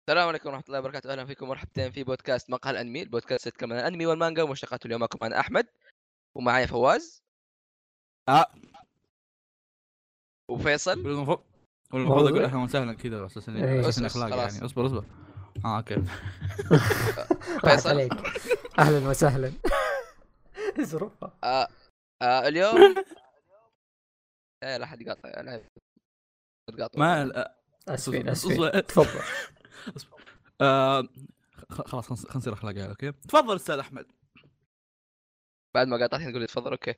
السلام عليكم ورحمة الله وبركاته. أهلا فيكم مرحبتين في بودكاست مقهى الأنمي، البودكاست يتكلم عن الأنمي والمانجا ومشتقاته. اليوم معكم أنا أحمد ومعايا فواز وفيصل. والمفروض اقول اهلا وسهلا كذا اساسا أسس اخلاق خلاص. يعني اصبر اوكي. فيصل عليك. اهلا وسهلا. ظروفها. اليوم لا حد يقاطع، لا تقاطع ما اسفين تفضل. خلاص خلينا نصير اخلاقيا. اوكي تفضل استاذ احمد. بعد ما قاطعتني تقول لي تفضل. اوكي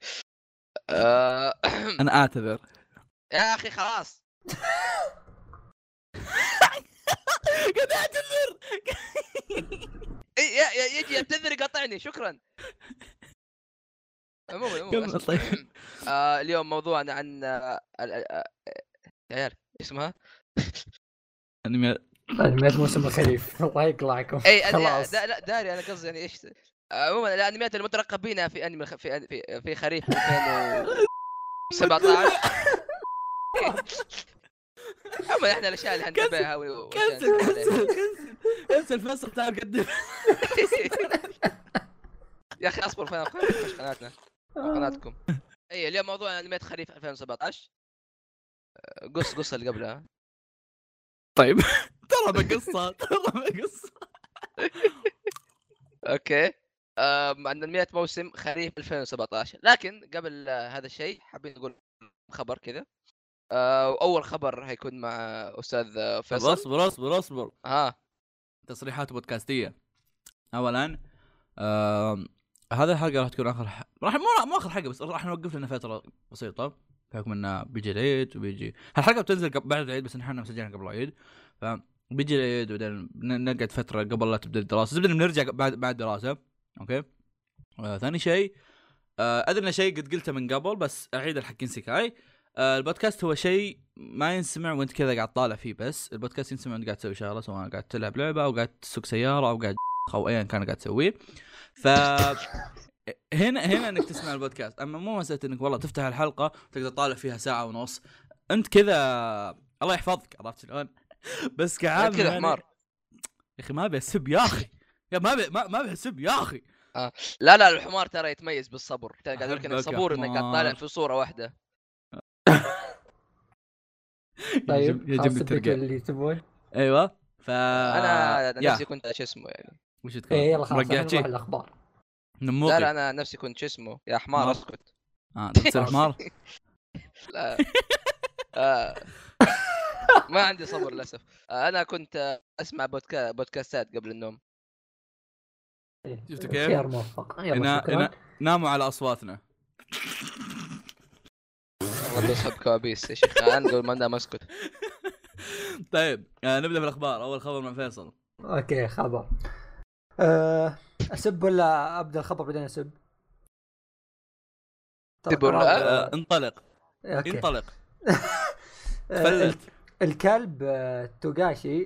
انا اعتذر يا اخي خلاص. قاعد اعتذر. يجي يعتذر يقاطعني. شكرا. عموما طيب. اليوم موضوعنا عن يا عيال اسمها انميات موسم الخريف. الله يقلعكم. اي خلاص. لا داري انا قصدي يعني ايش. عموما الانميات المترقبينها في انمي في خريف 2017. اما احنا الاشياء اللي هنتابعها كنسل فيصل تعال قدم. يا اخي اصبر فين قناتنا قناتكم. اي اليوم موضوع انميات خريف 2017. قص اللي قبلها. طيب ترى بقصه اوكي عندنا انميات موسم خريف 2017. لكن قبل هذا الشيء حابين نقول خبر كذا. اول خبر هيكون مع استاذ فيصل. اصبر تصريحات بودكاستيه. اولا هذا الحلقه راح تكون اخر راح مو اخر حلقه، بس راح نوقف لنا فتره بسيطه بحكم انه بيجي العيد وبيجي هالحلقه بتنزل بعد العيد، بس نحن مسجلها قبل العيد فبيجي العيد وبعدين نقعد فتره قبل لا تبدا الدراسه. زبدنا بنرجع بعد الدراسه. اوكي ثاني شيء ادري ان شيء قد قلته من قبل بس اعيد الحق سيكاي. البودكاست هو شيء ما ينسمع وانت كذا قاعد طالع فيه، بس البودكاست ينسمع وانت قاعد تسوي شغله، سواء قاعد تلعب لعبه او قاعد تسوق سياره او قاعد او ايا كان قاعد تسويه. ف هنا انك تسمع البودكاست، اما مو مساله انك والله تفتح الحلقه تقدر تطالع فيها ساعه ونص انت كذا. الله يحفظك، عرفت شلون؟ بس كعام كذا حمار يا اخي. ما بيسب يا اخي، يا ما بيسب يا اخي. لا الحمار ترى يتميز بالصبر. قاعد اقول لك انك صبور انك قاعد طالع في صوره واحده. طيب يجب الترقيع اللي تبون. ايوه انا نفسي كنت ايش اسمه يعني وش تكون يلا خلاص نروح الاخبار. لا انا نفسي كنت شو اسمه يا حمار اسكت. تصير حمار. لا ما عندي صبر للاسف. انا كنت اسمع بودكاستات قبل النوم. شفت كيف؟ خيار موفق. يلا ناموا على اصواتنا. والله صد كوابيس يا شيخ. انا قبل ما انام اسكت. طيب نبدا بالاخبار. اول خبر من فيصل. اوكي خبر. اسب ولا ابدا الخبر بعدين اسب؟ انطلق. أوكي. انطلق. فلت الكلب توغاشي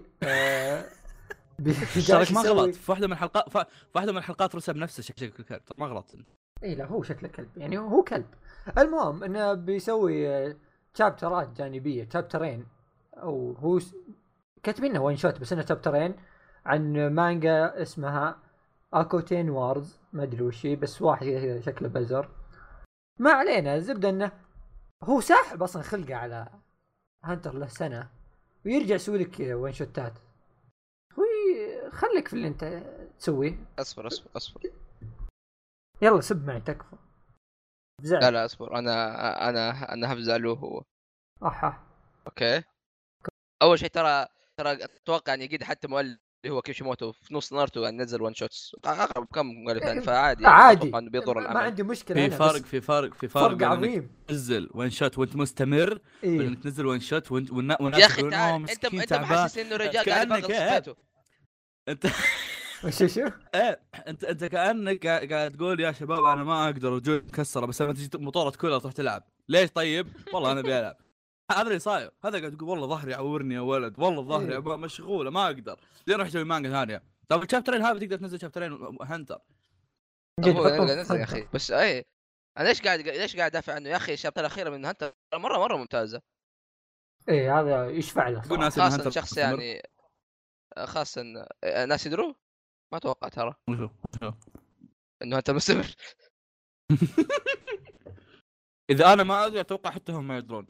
شارك ما غلط في واحده من الحلقات. في واحده من الحلقات رسم نفسه شكل الكلب، ما غلط. اي لا هو شكله كلب، يعني هو كلب. المهم انه بيسوي تشابترات جانبيه، تشابترين او هو كاتبينه وان شوت، بس انه تشابترين عن مانجا اسمها اكوتين وارز، ما ادري وش هي، بس واحد كذا شكله بزر. ما علينا، الزبده انه هو ساحب اصلا خلقه على هانتر له سنه ويرجع يسوي لك وان شوتات. خليك في اللي انت تسويه. اصبر يلا سب معي تكفى. لا اصبر. انا هفزع له هو. اوكي اول شيء ترى اتوقع ان يقيد حتى مؤلف اللي هو كيشيموتو في نص نارتو يعني نزل وان شوتس اقرب كم مؤلف ثاني، فعادي يعني عادي انه بيضر العمل. ما عندي مشكله. في فرق عظيم. تنزل وان شوت وانت مستمر وانك تنزل وان شوت والناس يا اخي انت محسس انه رجال قاعد يبغى صفاته. انت شو انت كانك قاعد تقول يا شباب انا ما اقدر وجوه مكسره، بس لما تجي موتورة كلها تروح تلعب ليش؟ طيب والله انا بيلعب. هذا اللي صاير. هذا قاعد يقول والله ظهري يعورني يا ولد، والله ظهري مشغوله ما اقدر، لين اروح اسوي مانجا ثانيه. طب الشابترين هذا تقدر تنزل شابترين هانتر يا اخي. بس انا ليش قاعد ادافع عنه يا اخي؟ الشابتر الاخيره من هانتر مره ممتازه. هذا يشفع له خاصه شخص يعني خاصة ناس يدروا ما توقع ترى انه انت مستمر. اذا انا ما ادري اتوقع حتى هم ما يدرون.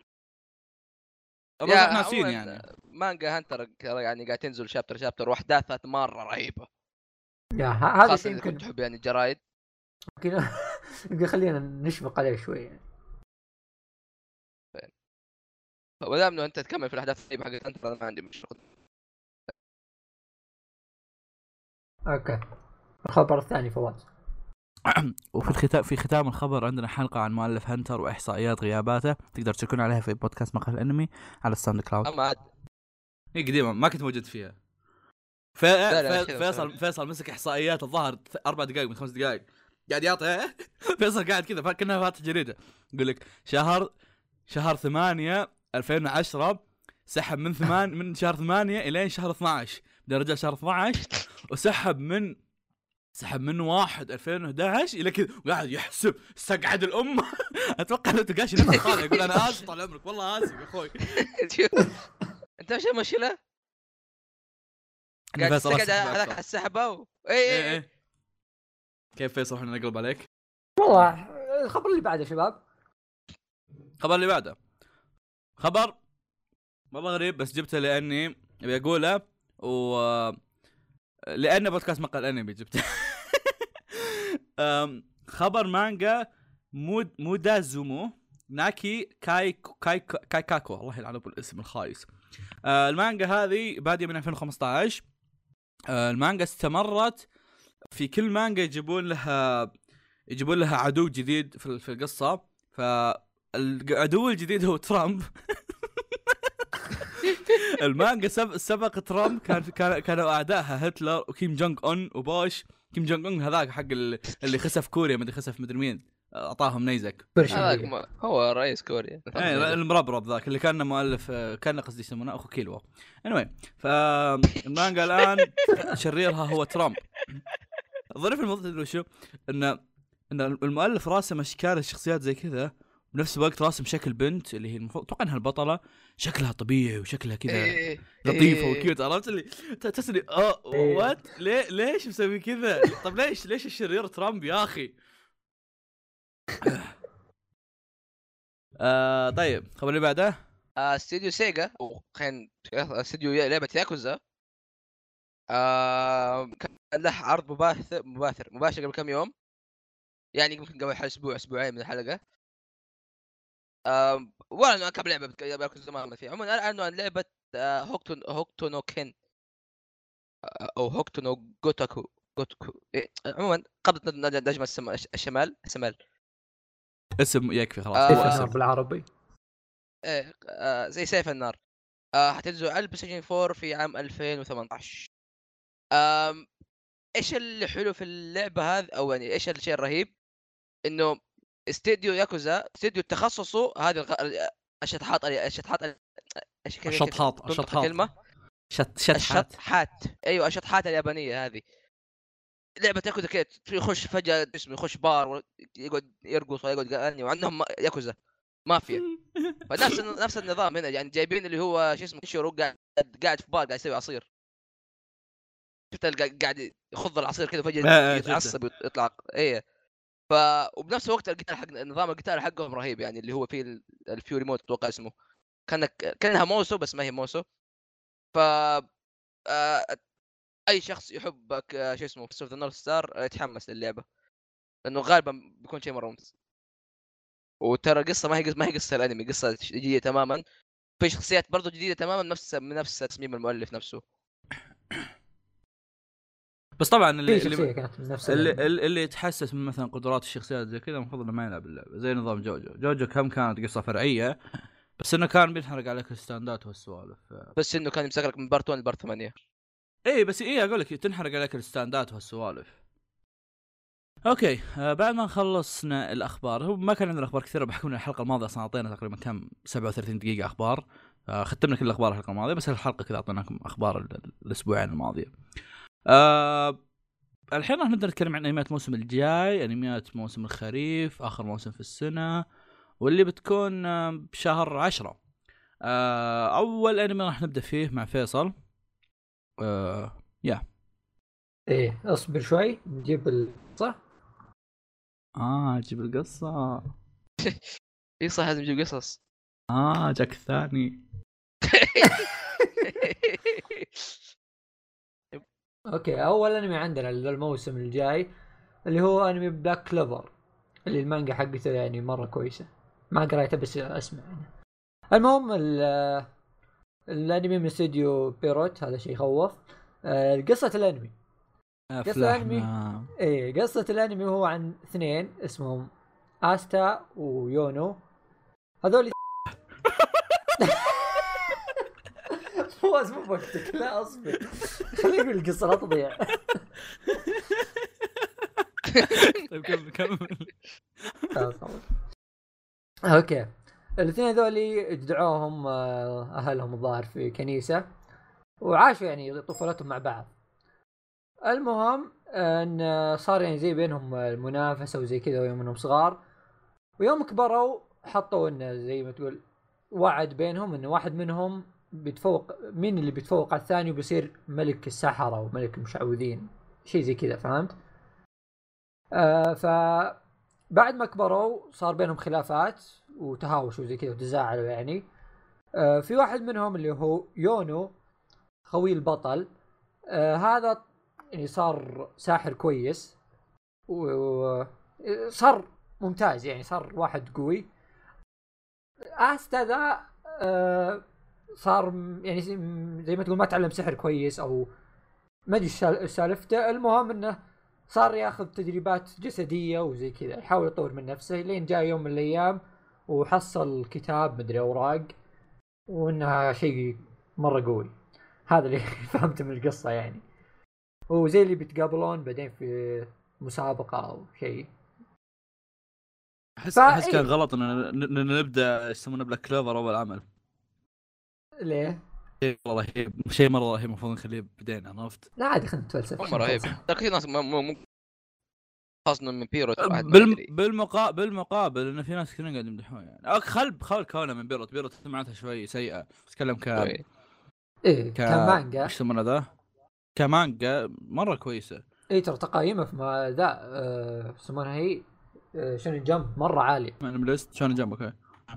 يا ناسين يعني مانجا هانتر يعني قاعد تنزل شابتر واحداثها مره رهيبه. يا هذا يمكن تحب يعني الجرايد يمكن خلينا نشفق عليه شوي يعني. ودام انه انت تكمل في الاحداث حق هانتر انا ما عندي مشكله. اوكي الخبر الثاني فواز. وفي ختام الخبر عندنا حلقة عن مؤلف هنتر وإحصائيات غياباته، تقدر تشوفون عليها في بودكاست مقهى الأنمي على الساوند كلاود. أما عاد هي قديمة ما كنت موجود فيها. فيصل مسك إحصائيات الظاهر 4 دقائق من 5 دقائق قاعد يعطي. فيصل قاعد كذا كأنها فاتح جريدة يقول لك شهر 8 2010 سحب من شهر 8 إلى شهر 12 درجة شهر 12 وسحب من 1 2011 الى كذا وقاعد يحسب استقعد الامه. اتوقع انه تقاش نفسه خالص يقول انا اسف طال عمرك والله اسف يا اخوي. انت ايش المشكله؟ قاعد تستقعد هذاك السحبه اي كيف فيصل احنا نقلب عليك؟ والله الخبر اللي بعده شباب. الخبر اللي بعده خبر والله غريب بس جبته لاني ابي اقوله لأن بودكاست مقهى الأنمي جبته. خبر مانجا مودازومو ناكي كايكاكو الله يلعنه بالاسم الخايس. المانجا هذه بادية من 2015. المانجا استمرت في كل مانجا يجيبون لها عدو جديد في القصة. فالعدو الجديد هو ترامب. المانجا سبق ترامب كانوا اعدائها هتلر وكيم جونغ اون وبوش. كيم جونغ اون هذاك حق اللي خسف كوريا مدري خسف مدري مين اعطاهم نيزك. هو رئيس كوريا المربرب ذاك اللي كان مؤلف كان قصدي يسمونه اخو كيلو. anyway فالمانجا الان شريرها هو ترامب. ظريف الموضوع شو ان المؤلف راسم اشكال الشخصيات زي كذا بنفس الوقت راسم شكل بنت اللي هي المفروض اتوقع انها البطله شكلها طبيعي وشكلها كذا لطيفه وكيوت. عرفت اللي تسالي وات ليش مسوي كذا؟ طب ليش الشرير ترامب يا اخي؟ طيب خبر اللي بعده استوديو سيجا وكان استوديو لعبه ياكوزا. كان له عرض مباشر قبل كم يوم يعني يمكن قبل اسبوعين من الحلقه. ولا انه كم لعبه بياكل زمان ما في عموما اعلنوا عن لعبه هوكتو نو كين او هوكتو نو جوتاكو عموما قبضة نجم الشمال اسم يكفي خلاص. اسم بالعربي زي سيف النار. حتنزل على البلاي 4 في عام 2018. ايش اللي حلو في اللعبه هذه او يعني ايش الشيء الرهيب انه استديو ياكوزا استديو تخصصه هذه الشطحات كلمه شطحات ايوه الشطحات اليابانيه هذه. لعبه ياكوزا كده يخش فجاه اسمه يخش بار يقعد يرقص ويقعد يغني وعندهم ياكوزا مافيا. فنفس النظام هنا يعني جايبين اللي هو شو اسمه كيشورو قاعد في بار قاعد يسوي عصير. شفت قاعد يخض العصير كده فجاه يتعصب ويطلع وبنفس الوقت القتال حق نظام القتال حقهم رهيب يعني اللي هو فيه الفيوري مود اتوقع اسمه كانها موسو بس ما هي موسو. ف اي شخص يحبك شو اسمه في نورث ستار يتحمس للعبه لانه غالبا بيكون شيء مره ممتاز. وترى قصه ما هي قصه الانمي قصه جديده تماما في شخصيات برضو جديده تماما نفس تصميم المؤلف نفسه. بس طبعا اللي يتحسس من مثلا قدرات الشخصيات زي كذا المفروض انه ما يلعب اللعبه زي نظام جوجو كم كانت قصه فرعيه بس انه كان بينحرق عليك الستاندات والسوالف بس انه كان يمسك لك من بارت 1 لبارت 8. اي بس اقول لك تنحرق عليك الستاندات والسوالف. اوكي بعد ما خلصنا الاخبار هو ما كان عندنا اخبار كثيره بحكم ان الحلقه الماضيه اصلا اعطينا تقريبا كم 37 دقيقه اخبار. ختمنا كل الاخبار الحلقه الماضيه بس الحلقه كذا اعطيناكم اخبار الاسبوعين الماضيه. الحين راح نبدأ نتكلم عن انميات موسم الجاي انميات موسم الخريف اخر موسم في السنة واللي بتكون بشهر 10. اول انمي راح نبدأ فيه مع فيصل يا ايه اصبر شوي نجيب القصة. جيب القصة. اي صح لازم نجيب قصص. جاك الثاني. اوكي اول انمي عندنا للموسم الجاي اللي هو انمي بلاك كلوفر، اللي المانجا حقته يعني مرة كويسة، ما قريتها بس اسمع عنها. المهم الانمي من استوديو بيروت، هذا شيء يخوف. قصة الانمي قصة الانمي هو عن اثنين اسمهم آستا ويونو. هذول مو وقتك، لا اصبر خليني اقول القصة لا تضيع. طيب كمل. اوكي الاثنين هذولي ادعوهم اهلهم الظاهر في كنيسة، وعاشوا يعني طفولتهم مع بعض. المهم ان صار يعني زي بينهم المنافسة وزي كذا ويوم انهم صغار، ويوم كبروا حطوا انه زي ما تقول وعد بينهم انه واحد منهم بيتفوق، مين اللي بيتفوق على الثاني وبيصير ملك السحرة وملك المشعوذين، شيء زي كذا فهمت. فبعد ما كبروا صار بينهم خلافات وتهاوشوا زي كذا وتزاعلوا يعني. في واحد منهم اللي هو يونو خوي البطل، هذا يعني صار ساحر كويس وصار ممتاز يعني، صار واحد قوي. آستا ذا صار يعني زي ما تقول ما تعلم سحر كويس او ما ادري سالفته. المهم انه صار ياخذ تدريبات جسديه وزي كذا، يحاول يطور من نفسه لين جاء يوم من الايام وحصل كتاب مدري اوراق وانها شيء مره قوي. هذا اللي فهمته من القصه يعني، وزي اللي بيتقابلون بعدين في مسابقه او شيء. احس كان غلط ان نبدا يسمونه بلاك كلوفر اول عمل. ليه؟ شيء مره رهيب، المفروض نخليه بدينا، عرفت؟ لا عادي خلينا نتفلسف. مره رهيب كثير ناس مو خاصنا من بيروت بالمقابل انه في ناس كثيرين قاعد يمدحون يعني. خل كونه من بيروت سمعتها شوي سيئه، اتكلم كمانجا ايش يسمونه ذا، كمانجا مره كويسه. ترى تقييمه في ما ذا يسمونها هي شونن جمب مره عاليه من ليست شونن جمب. اوكي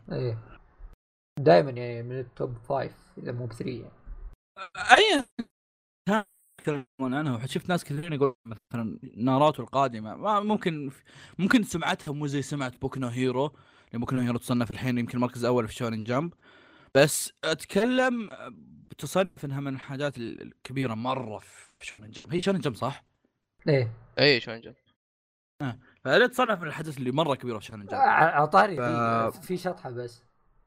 دائما يعني من التوب 5 اذا مو ب3 يعني. اي يتكلمون عنها، شفت ناس كثيرين يقول مثلا ناروتو القادمه ما ممكن سمعتها مو زي سمعت بوكو نو هيرو، لان بوكو نو هيرو تصنف الحين يمكن المركز الاول في شونن جمب، بس اتكلم تصنف انها من الحاجات الكبيره مره في شونن جمب. هي شونن جمب صح؟ ايه شونن جمب. فهذا تصنف من الحدث اللي مره كبيره في شونن جمب. عطاري في شطحه بس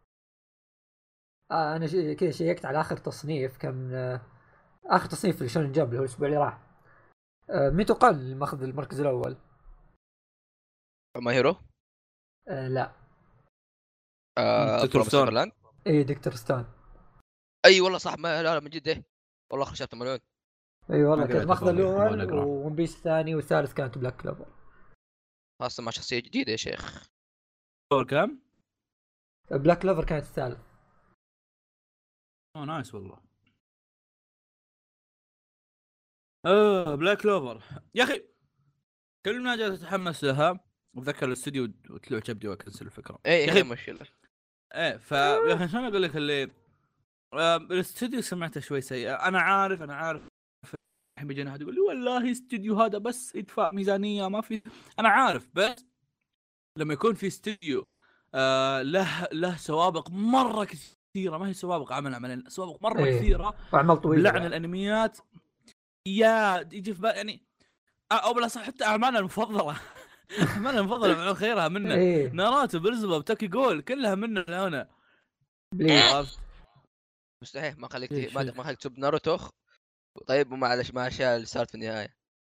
انا كذا شيكت على اخر تصنيف، كان اخر تصنيف في شونن جمب اللي هو الاسبوع اللي راح. متى قال ماخذ المركز الاول؟ ما هيرو؟ لا دكتور ستون. اي دكتور ستون. اي والله صح، ما لا من جد ايه والله خشبت مليون. اي والله كنت ماخذ الاول وون بيس الثاني والثالث كانت بلاك كلوفر، خاصه مع شخصيه جديده يا شيخ. كم بلاك كلوفر كانت الثالث. نايس والله. بلاك كلوفر يا اخي كل ما جات اتحمس لها وذكر الاستوديو وتلوع كبدي واكنسل الفكره. يا اخي مشكله يا اخي شلون اقول لك اللي الاستوديو سمعته شوي سيء. انا عارف الحين بيجينا احد يقول لي والله استوديو هذا بس ادفع ميزانيه ما في. انا عارف، بس لما يكون في استوديو له سوابق مره كثيره، ما هي سوابق عملين، سوابق مره كثيره وعمل طويل لعن الانميات يا يجي في بالي يعني. او بلا صح حتى اعمالنا المفضله اعمالنا المفضله من خيرها منه ناروتو بيرزبا بتاكي جول كلها منه هنا. مستحيل ما خليك ما خليك تسب ناروتو. طيب ومعلش ما اشياء اللي صارت في النهايه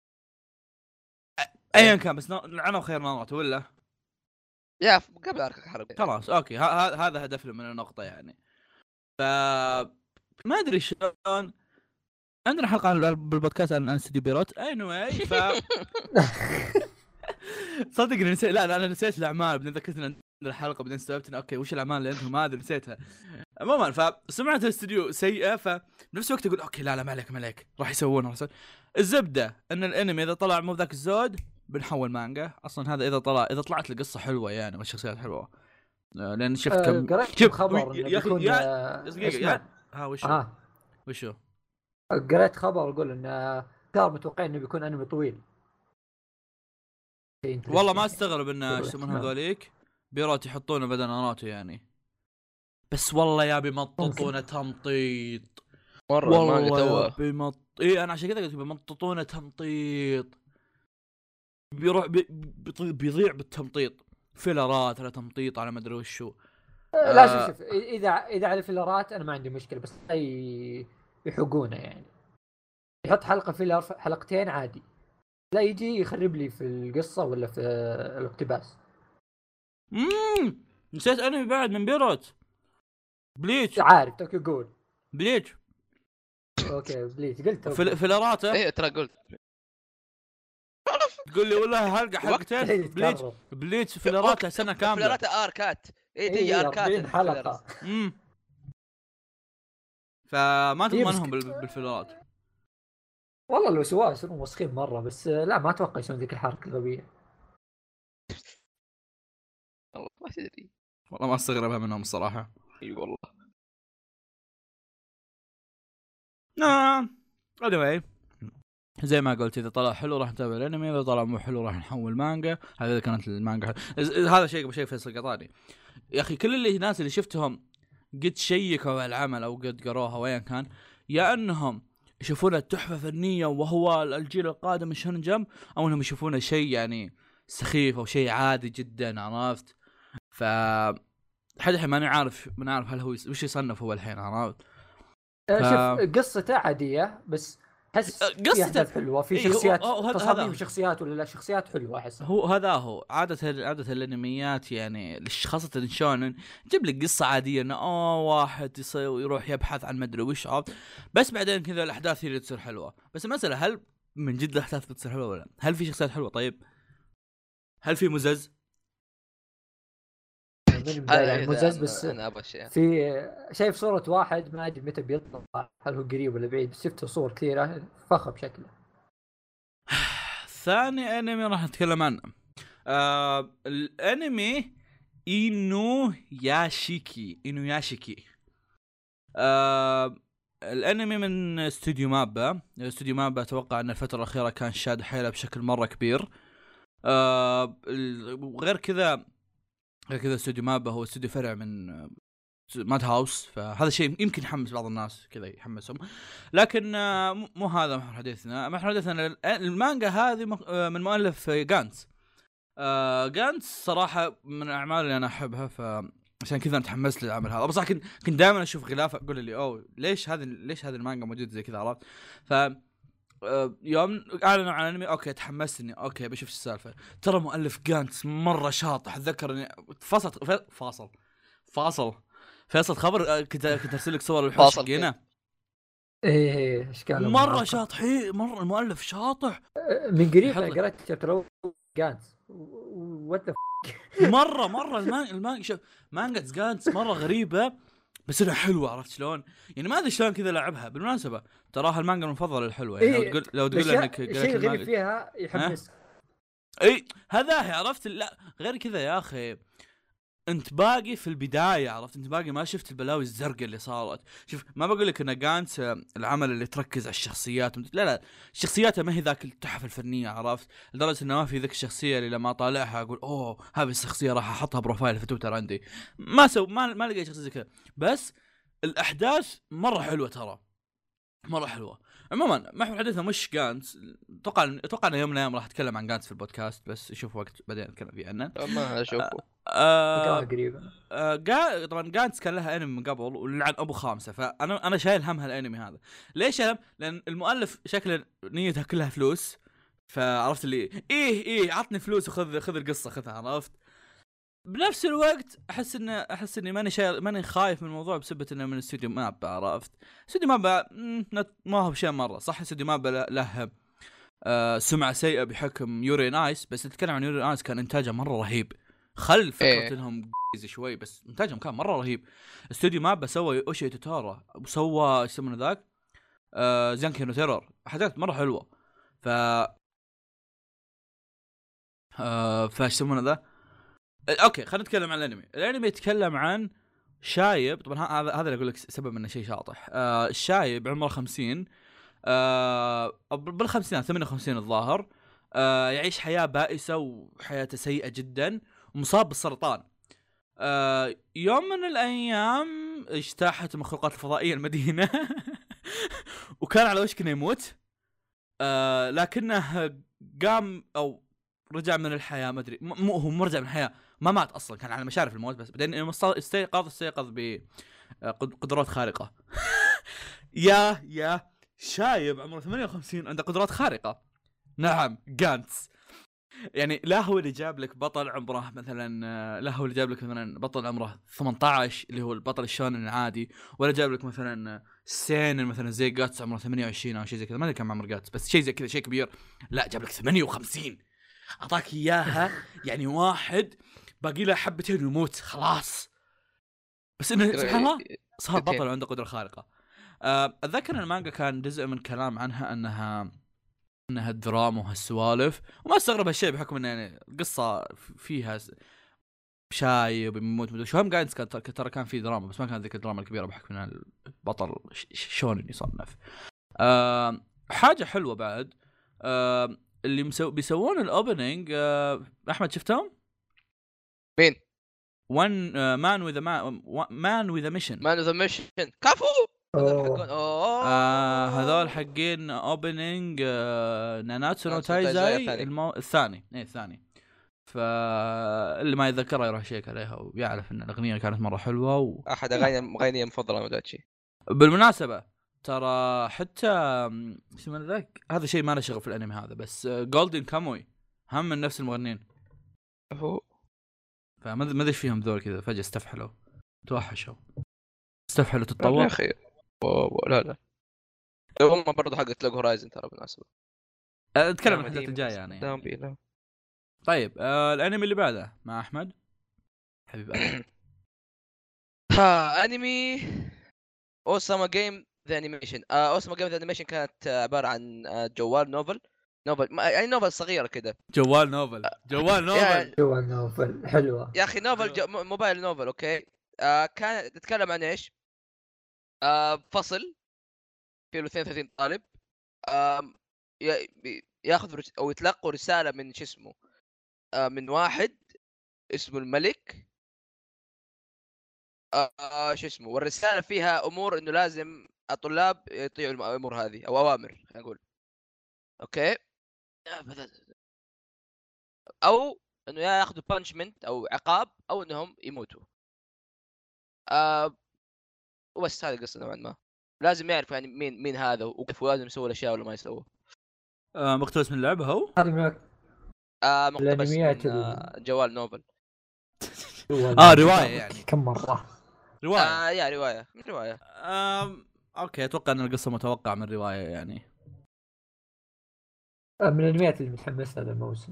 ايا كان، بس لعنه خير ناروتو ولا يا قبل اركك حرب خلاص. اوكي هذا هدف من النقطه يعني. ف ما ادري شلون عندنا حلقه بالبودكاست عن استوديو بيروت anyway صدق لا انا نسيت الاعمال، بدي ذكرتنا الحلقه بعدين استوعبت اوكي وش الاعمال اللي عندهم هذه نسيتها. عموما فسمعت الاستوديو سيئه، فبنفس الوقت اقول اوكي لا ما عليك راح يسوونه. الزبده ان الانمي اذا طلع مو ذاك الزود بنحول مانجا. اصلا هذا اذا طلعت القصه حلوه يعني والشخصيات حلوه، لان شفت كم قريت خبر يا اخي وشو قريت خبر يقول ان كانوا متوقعين انه بيكون انمي طويل. والله ما استغرب ان يسمونها هذوليك بيروت يحطونه بدل ناروتو يعني، بس والله يا بيمططونه تمطيط مره والله ايه انا عشان كذا قلت بيمططونه تمطيط، بيروح بيضيع بالتمطيط، فيلرات على تمطيط على ما ادري وشو. لا شوف اذا على الفيلرات انا ما عندي مشكله، بس اي يحقونه يعني يحط حلقه فيلر حلقتين عادي، لا يجي يخرب لي في القصه ولا في الاقتباس. نسيت انمي بعد من بيروت، بليتش. عارف توكيو جول بليتش. اوكي بليتش قلت فيلراته. ايه ترى قلت تقول لي والله حلقتين بليتش فيلراته سنه كامله. فيلراته اركات تجي اركات حلقه. فما تضمنهم بالفيلرات. والله لو سواء يصيرون وسخين مره، بس لا ما اتوقع يسوون ذيك الحركه الغبيه. والله ما ادري، والله ما استغربها منهم الصراحه. اي والله. anyway زي ما قلت اذا طلع حلو راح نتابع الانمي، اذا طلع مو حلو راح نحول مانجا. هذا اذا كانت المانجا هذا شيء قبل شيء فيصل قطاني يا اخي. كل الناس اللي شفتهم قد شيكوا على العمل او قد قروها وين كان، يا انهم يشوفونه تحفه فنيه وهو الجيل القادم من شونن جمب، او انهم يشوفونه شيء يعني سخيف او شيء عادي جدا، عرفت؟ ف لحد الحين ما نعرف هل هو وش يصنف هو الحين، عرفت؟ شوف قصته عاديه بس احس قصته حلوه في شخصيات تصاميم شخصيات ولا لا شخصيات حلوه احس. هو عاده الانميات يعني خاصه الشونن جيب لك قصه عاديه انه واحد يروح يبحث عن مدري وش، بس بعدين كذا الاحداث هي اللي تصير حلوه. بس المساله هل من جد الاحداث بتصير حلوه ولا هل في شخصيات حلوه؟ طيب هل في مزز؟ مزز بس انا ابغى شيء. في شايف صوره واحد ما ادري متى بيطلع، هل هو قريب ولا بعيد؟ شفت صور كثيره فخم شكله. ثاني انمي راح نتكلم عنه الانمي إنو ياشيكي. الانمي من استوديو مابا. اتوقع ان الفتره الاخيره كان شاد حيله بشكل مره كبير. وغير كذا استوديو مابا هو استوديو فرع من ماد هاوس، فهذا شيء يمكن يحمس بعض الناس كذا يحمسهم. لكن مو هذا محور حديثنا. المانجا هذه من مؤلف جانتس. جانتس صراحه من الاعمال اللي انا احبها، فعشان كذا تحمست للعمل هذا. بصراحه كنت دائما اشوف غلاف اقول لي ليش هذه المانجا موجوده زي كذا، عرفت؟ ف يوم اعلنوا عن انمي اوكي تحمست اني اوكي بشوف السالفه. ترى مؤلف جانتس مره شاطح. اتذكر اني فاصل خبر كنت ارسل لك صور الوحوش حقينا. ايه ايش كان مره شاطحين، مره المؤلف شاطح. من قريب قرأت شابتر جانتس وات مره مانجا جانتس مره غريبه بس انها حلوه، عرفت شلون؟ يعني ما ادري شلون كذا لعبها. بالمناسبه تراها المانجا المفضله الحلوه يعني. إيه لو تقول انك شيء غريب فيها يحمس. اي هذا عرفت. لا غير كذا يا اخي، انت باقي في البدايه، عرفت؟ انت باقي ما شفت البلاوي الزرقاء اللي صارت. شوف ما بقول لك ان جانتس العمل اللي تركز على الشخصيات، لا الشخصيات ما هي ذاك التحف الفنيه، عرفت؟ لدرجه انه ما في ذيك الشخصيه اللي لما اطالعها اقول هذه الشخصيه راح احطها بروفايل في تويتر عندي. ما لقيت شخصيه زي كذا. بس الاحداث مره حلوه، ترى مره حلوه. عموما محور حديثنا مش جانتس. اتوقع ان يوم من الايام راح اتكلم عن جانتس في البودكاست، بس شوف وقت بعدين نتكلم فيه عنه. ما اشوفه قريبا. طبعا جانتس كان لها انمي من قبل ولعن ابو خامسه، فانا شايل هم هالانمي هذا. ليش هم؟ لان المؤلف شكله نيته كلها فلوس، فعرفت اللي ايه عطني فلوس وخذ القصه خذها، عرفت؟ بنفس الوقت احس اني ماني خايف من الموضوع بسبب انه من استوديو مابا، عرفت؟ استوديو مابا ما هو بشيء مره صح. استوديو مابا له سمعه سيئه بحكم يوري نايس، بس نتكلم عن يوري نايس كان انتاجه مره رهيب خل فكره انهم شوي، بس انتاجهم كان مره رهيب. استوديو مابا سوى اوشي توتورا وسوى ايش يسمونه ذاك زانكي نو تيرور، حاجات مره حلوه. فايش يسمونه ذا. اوكي خلينا نتكلم عن الانمي يتكلم عن شايب. طبعا هذا اللي اقول لك سبب انه شيء شاطح. الشايب عمره 50 بالخمسينات 58 الظاهر. يعيش حياة بائسة وحياته سيئة جدا ومصاب بالسرطان. يوم من الأيام اجتاحت المخلوقات الفضائية المدينة وكان على وشك انه يموت. لكنه قام أو رجع من الحياة، ما أدري هو مرجع من الحياة، ما مات أصلا، كان على مشارف الموت، بس بعدين استيقظ بقدرات خارقة. يا شايب عمره 58 عنده قدرات خارقة. نعم جانتس. يعني لا هو اللي جاب لك بطل عمره مثلا، لا هو اللي جاب لك مثلا بطل عمره 18 اللي هو البطل الشونن العادي، ولا جاب لك مثلا سين مثلا زي جاتس عمره 28 او شيء زي كذا، ما ادري كم عمر جاتس، بس شيء زي كذا شيء كبير. لا جاب لك 58 اعطاك اياها. يعني واحد باقي له حبتين ويموت خلاص، بس انه سبحان الله صار بطل وعنده قدرة خارقة. اتذكر المانجا كان جزء من كلام عنها انها الدراما وهالسوالف، وما استغرب هالشيء بحكم انه يعني القصة فيها شايب بيموت مدري شو. هم قاعد ترى كان في دراما، بس ما كان ذيك الدراما الكبيرة بحكم انه البطل شونن يصنف. حاجة حلوة بعد اللي بيسوون الاوبننج. احمد شفتهم؟ مين؟ مان وذ ميشن كفو. هذول حقين اوبننج ناناتسو نو تايزاي الثاني. الثاني. فاللي ما يتذكرها يروح يشيك عليها ويعرف ان الاغنيه كانت مره حلوه احد اغاني المفضله مداتشي. بالمناسبه ترى حتى اسمه ذاك هذا شيء ما له شغل في الانمي هذا، بس جولدن كاموي هم من نفس المغنيين. فما ادري فيهم ذول كذا فجاه استفحلوا توحشوا استفحلوا تتطور يا اخي. لا هم برضه حقت لوج هورايزن ترى بالمناسبه. اتكلم عن الحلقات الجايه يعني. طيب الانمي اللي بعده مع احمد حبيب قلبي. انمي اوساما جيم ذا انيميشن. اوساما جيم ذا انيميشن كانت عباره عن جوال نوفل يعني نوفل صغيره كده. جوال نوفل حلوه يا اخي نوفل موبايل نوفل. اوكي. كانت تتكلم عن ايش؟ فصل فيه 32 طالب ياخذ او يتلقوا رساله من شو اسمه من واحد اسمه الملك. شو اسمه، والرساله فيها امور انه لازم الطلاب يطيعوا الامور هذه او اوامر خلينا نقول. اوكي. او انه ياخذوا بانشمنت او عقاب او انهم يموتوا. وبس هذه القصه نوعا ما. لازم يعرف يعني مين هذا وكيف لازم يسوي الاشياء ولا ما يسوي. مقتبس من اللعبه هو مقتبس من جوال نوفل. روايه يعني كم مره روايه يا روايه. اوكي اتوقع ان القصه متوقع من روايه يعني. من الانميات اللي متحمس هذا الموسم.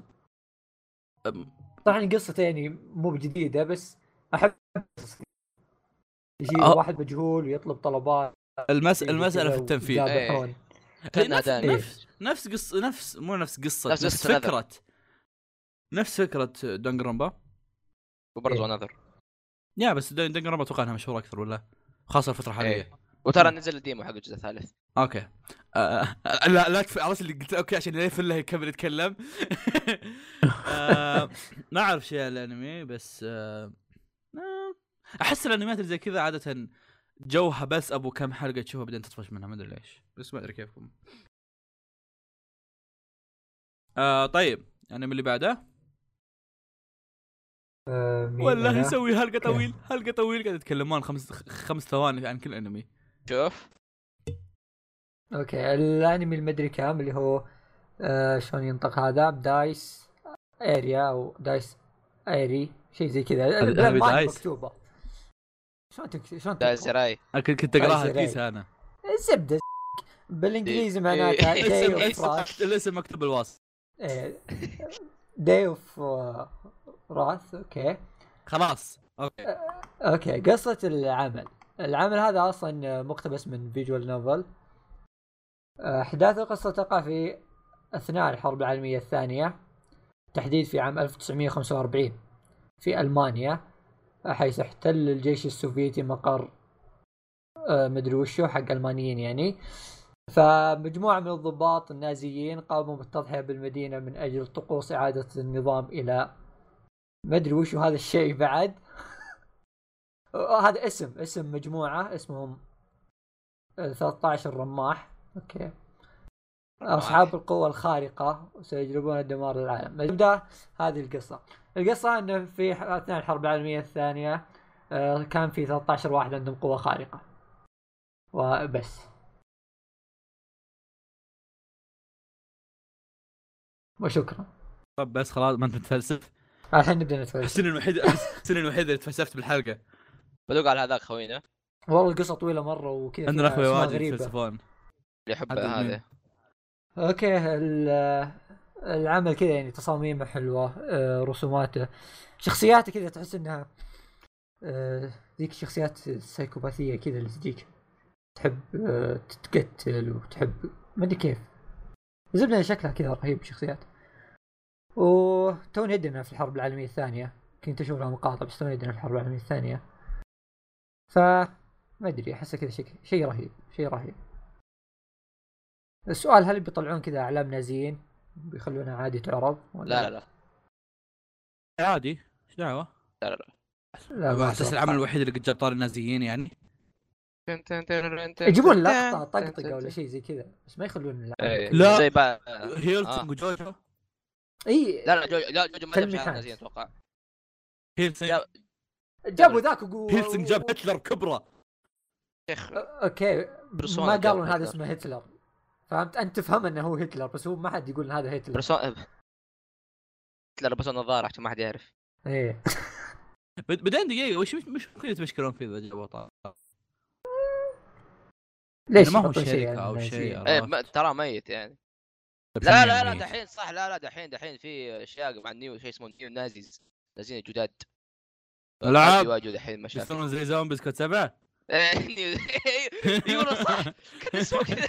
طبعا قصته يعني مو بجديده بس احب يجي واحد مجهول ويطلب طلبات. المساله في التنفيذ نفس قصه نفس فكره دانجرومبا وبرضه نذر. يا بس دانجرومبا اتوقع انها مشهوره اكثر ولا خاصه الفتره الحاليه. وترى نزل الديمو حق الجزء الثالث. اوكي. لا عرفت اللي قلت اوكي عشان لا يفله يكمل يتكلم. ما اعرف شيء الانمي بس احس الانميات اللي زي كذا عاده جوها بس ابو كم حلقه تشوفها بعدين تطفش منها ما ادري ليش، بس ما ادري كيفكم. طيب الانمي اللي بعده والله يسوي حلقه طويل قاعد يتكلمون 5 ثواني عن كل انمي. شوف اوكي الانمي المدري كام اللي هو شلون ينطق هذا دايس اريا او دايس ايري شيء زي كذا مكتوبه شلون دايس راي. كنت اقراها كيس انا الزبده بالانجليزي معناتها الاسم مكتوب بالواسط داي اوف راث. اوكي خلاص اوكي قصة العمل هذا اصلا مقتبس من فيجوال نوفل. احداث القصة تقع في اثناء الحرب العالمية الثانية، تحديد في عام 1945 في ألمانيا، حيث احتل الجيش السوفيتي مقر مدري وشو حق ألمانيين يعني. فمجموعة من الضباط النازيين قاموا بالتضحية بالمدينة من أجل طقوس إعادة النظام إلى مدري وشو هذا الشيء بعد. هذا اسم مجموعة اسمهم 13 رماح. اوكي أصحاب القوة الخارقة سيجلبون دمار العالم. نبدأ هذه القصة أنه في أثناء الحرب العالمية الثانية كان في 13 واحد عندهم قوة خارقة وبس. وشكرا. طب بس خلاص ما انت متفلسف الحين نبدأ نتفلسف. السنة الوحيدة اللي تفلسفت بالحلقة. بدوق على هذاك خوينا. والله القصة طويلة مرة وكذا. عندنا اخوي واجد يتفلسفون اللي يحبها هذا. اوكي العمل كذا يعني تصاميمه حلوة، رسوماته، شخصياته كذا تحس انها ذيك الشخصيات السايكوباثية كذا اللي تجيك تحب تتقتل وتحب ما ادري كيف. زبدة شكلها كذا رهيب الشخصيات. وتوني ادري في الحرب العالمية الثانية، كنت اشوف لها مقاطع بس توني ادري في الحرب العالمية الثانية. ما ادري احسه كذا شيء رهيب. السؤال هل بيطلعون كذا اعلام نازيين بيخلونها عادي تعرض ولا لا عادي ايش دعوه؟ لا بس العمل الوحيد اللي قد جاب طار النازيين يعني يجيبون لقطه طقطقه ولا شيء زي كذا بس ما يخلون لا زي هيلسنج وجوجو. اي لا جوجو ما جاب نازيين اتوقع. جابوا ذاك هيلسنج جاب هتلر كبره. اوكي ما قالوا هذا اسمه هتلر، فهمت؟ انت تفهم انه هو هتلر بس هو ما حد يقول هذا هتلر. هتلر بس نظاره عشان ما حد يعرف. ايه بعدين دقيقه وش ممكن يتمشكلون فيه اذا جابوا طار؟ ليش ما هو شركه او شيء؟ ايه ترى ميت يعني. لا دحين صح. لا دحين في اشياء مع النيو شيء اسمه نيو نازيز جداد. العاب يواجهوا دحين مشاكل. يصيرون زي زومبيز كود 7. يقولوا صح كان اسمه كذا.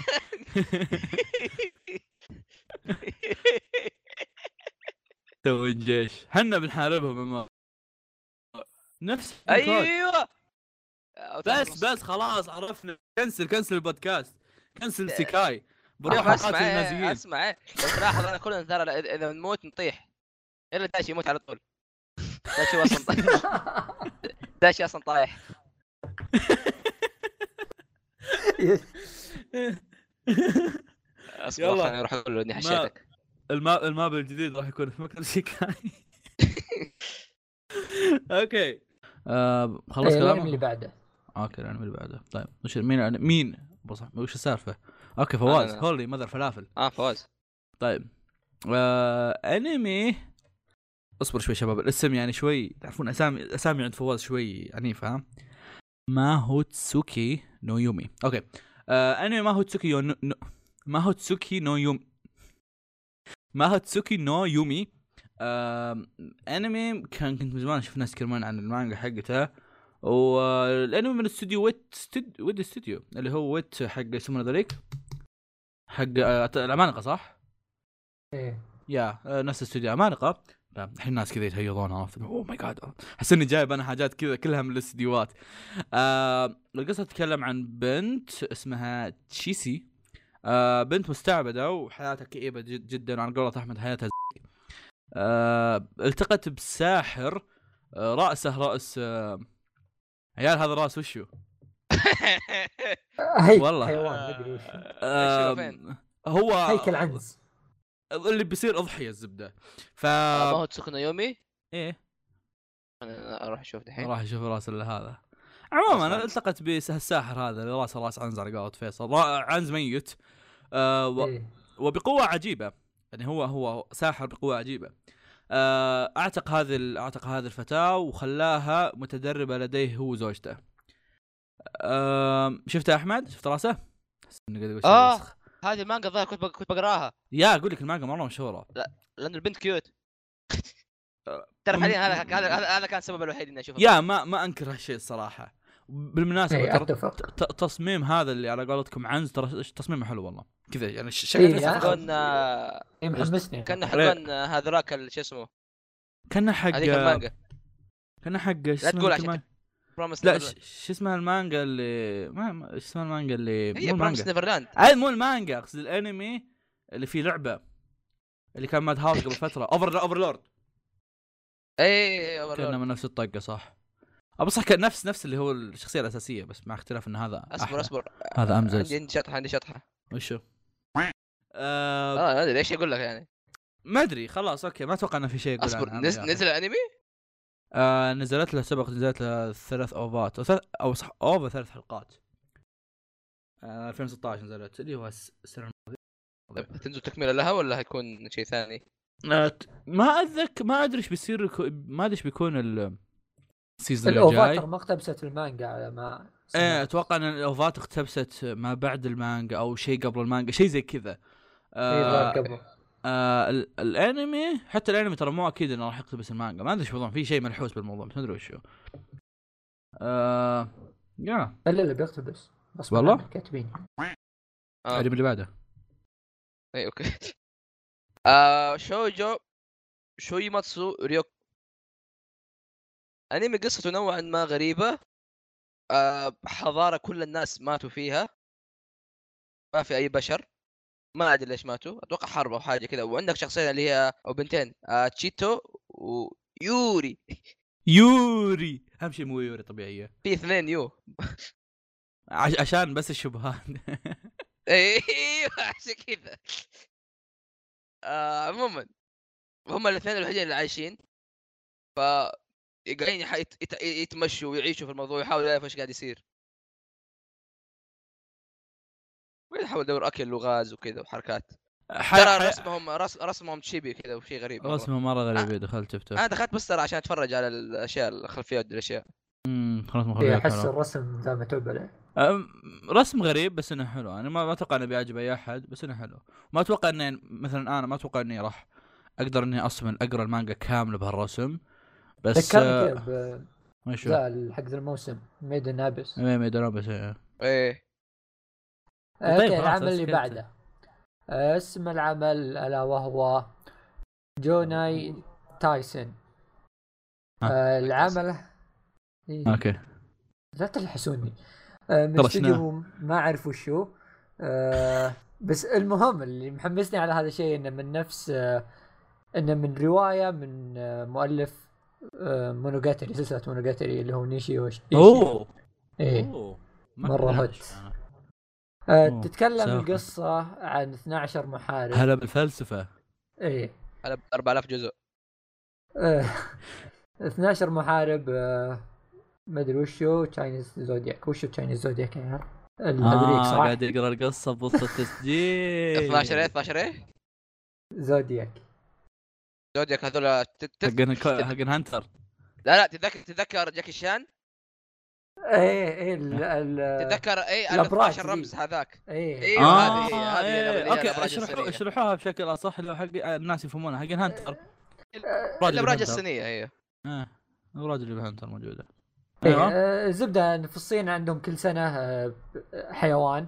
تو الجيش حنا بنحاربهم نفس ايوه بس خلاص عرفنا. كنسل البودكاست، كنسل سيكاي، بروح اقاتل النازيين. اسمع لو تلاحظ انا كلنا ترى اذا نموت نطيح الا داشي يموت على طول. داشي اصلا داشي اصلا طايح. يلا خلينا نروح له اني حشيتك. الماب الجديد راح يكون في مكتب سيكاي. اوكي خلص كلامه اللي بعده. اوكي الانمي اللي بعده. طيب مين بصح وش السالفه؟ اوكي فواز هولي مذر فلافل. فواز. طيب انمي اصبر شوي شباب الاسم يعني شوي تعرفون اسامي عند فواز شوي عنيفه. ماهوتسوكي نو يومي. اوكي انمي ماهوتسوكي نو يومي. انمي كنت من زمان شفت ناس يتكلمون عن المانجا حقته، والانمي من استوديو ويت استوديو اللي هو ويت حق اسمه ذلك حق العمالقه صح؟ ايه يا نفس استوديو عمالقه. الحين الناس كذا يتهيضون عرفت اوه ماي جاد احس اني جايب انا حاجات كذا كلها من الاستديوهات. القصه تتكلم عن بنت اسمها تشيسي، بنت مستعبده وحياتها كئيبه جدا عن قولة احمد حياتها التقت بساحر راسه راس عيال هذا راس وشو والله حيوان مدري وش هو هيكل عنز اللي بيصير اضحيه الزبده. ما هو تسكن يومي ايه انا اروح اشوف دحين راح اشوف راس هذا. عموما انا التقت بالساحر هذا اللي راسه راس عنز على قولة فيصل، عنز ميت وبقوه عجيبه يعني هو ساحر بقوه عجيبه. اعتق هذه الفتاه وخلاها متدربه لديه هو وزوجته. شفتها احمد؟ شفت راسه؟ هذه المانجا ظاهر كنت بقراها. يا اقول لك المانجا مره مشهوره. لا لان البنت كيوت. ترى حاليا هذا كان السبب الوحيد اني اشوفه. يا ما انكر هالشيء الصراحه. بالمناسبه تصميم هذا اللي على قولتكم عنز ترى تصميمه حلو والله كذا يعني شكله محمسني. كان حقون هذراك شو اسمه كان حق المانجا. كان حق لا تقول عشان لا شو اسمها المانجا اللي ما اسمها المانجا اللي هي بروميس نيفرلاند. مو المانجا اقصد الانمي اللي فيه لعبه اللي كان ماد هاوس قبل فتره اوفرلورد. اي اوفرلورد كان من نفس الطقه صح. بس كان نفس اللي هو الشخصيه الاساسيه بس مع اختلاف ان هذا اصبر هذا امزج. عندي شطحه وشو ليش اقول لك يعني ما ادري خلاص اوكي ما اتوقع انه في شيء يقول اصبر نزل الانمي. نزلت له 3 اوفات او صح اوفا 3 حلقات 2016 نزلت اللي هو السنه الماضيه. تنزل تكمله لها ولا هيكون شيء ثاني؟ ما ادري ايش بيصير ما ادري ايش بيكون السيزون الجاي. الاوفات مقتبسه المانجا على ما اتوقع ان الاوفات اقتبست ما بعد المانجا او شيء قبل المانجا شيء زي كذا. الانمي حتى الانمي ترى مو اكيد انه راح يقتبس المانجا ما ادري ايش بالضبط في شيء منحوس بالموضوع ما ادري وش هو. يا اللي بيقتبس بس والله كاتبين اللي بعده. اي اوكي. شوجو شويماتسو ريوك انمي قصته نوعا ما غريبه. حضاره كل الناس ماتوا فيها ما في اي بشر ما ادري ليش ماتوا اتوقع حرب او حاجه كذا وعندك شخصين اللي هي او بنتين تشيتو ويوري. يوري اهم شيء مو يوري طبيعيه في 2 يو عشان بس الشبهات. ايوه عشان كذا. عموما هم الاثنين الوحيدين اللي عايشين ف قاعدين يتمشوا ويعيشوا في الموضوع يحاولوا يعرفوا ايش قاعد يصير ويحاول يدور اكل وغاز وكذا وحركات. ترى رسمهم تشيبي كذا وشيء غريب. رسمه مره غريب. دخلت شفته انا دخلت بس ترى عشان اتفرج على الاشياء الخلفيات الاشياء. خلاص مخرجات احس الرسم ذا متعب عليه. رسم غريب بس انه حلو. انا ما اتوقع انه بيعجب اي احد بس انه حلو. ما اتوقع اني مثلا انا ما اتوقع اني راح اقدر اني اقرا المانجا كامله بهالرسم بس ذكرني كيف ذا حق الموسم ميدن ابس. ايه اوكي. العمل اللي بعده اسم العمل الا وهو جوناي تايسون. العمل اوكي لا تلحسوني من استوديو ما اعرف وشو. بس المهم اللي محمسني على هذا الشيء انه من نفس انه من روايه من مؤلف مونوجاتري سلسله مونوجاتري اللي هو نيشي مره هوت. تتكلم القصه عن 12 محارب. هلا بالفلسفه. هلا 4000 جزء. 12 محارب ما ادري وشو تشاينيز زودياك. وشو تشاينيز زودياك يا هذيك صح قاعد يقرا القصه بوسط التسجيل. 12 زودياك هذول حق هانتر. لا تتذكر جاكي شان. تتذكر 12 رمز هذاك. هذه اشرحوها بشكل اصح لو حق الناس يفهمونها. حق هانتر الابراج الصينيه هي الابراج اللي بهانتر موجوده. زبده في الصين عندهم كل سنه حيوان.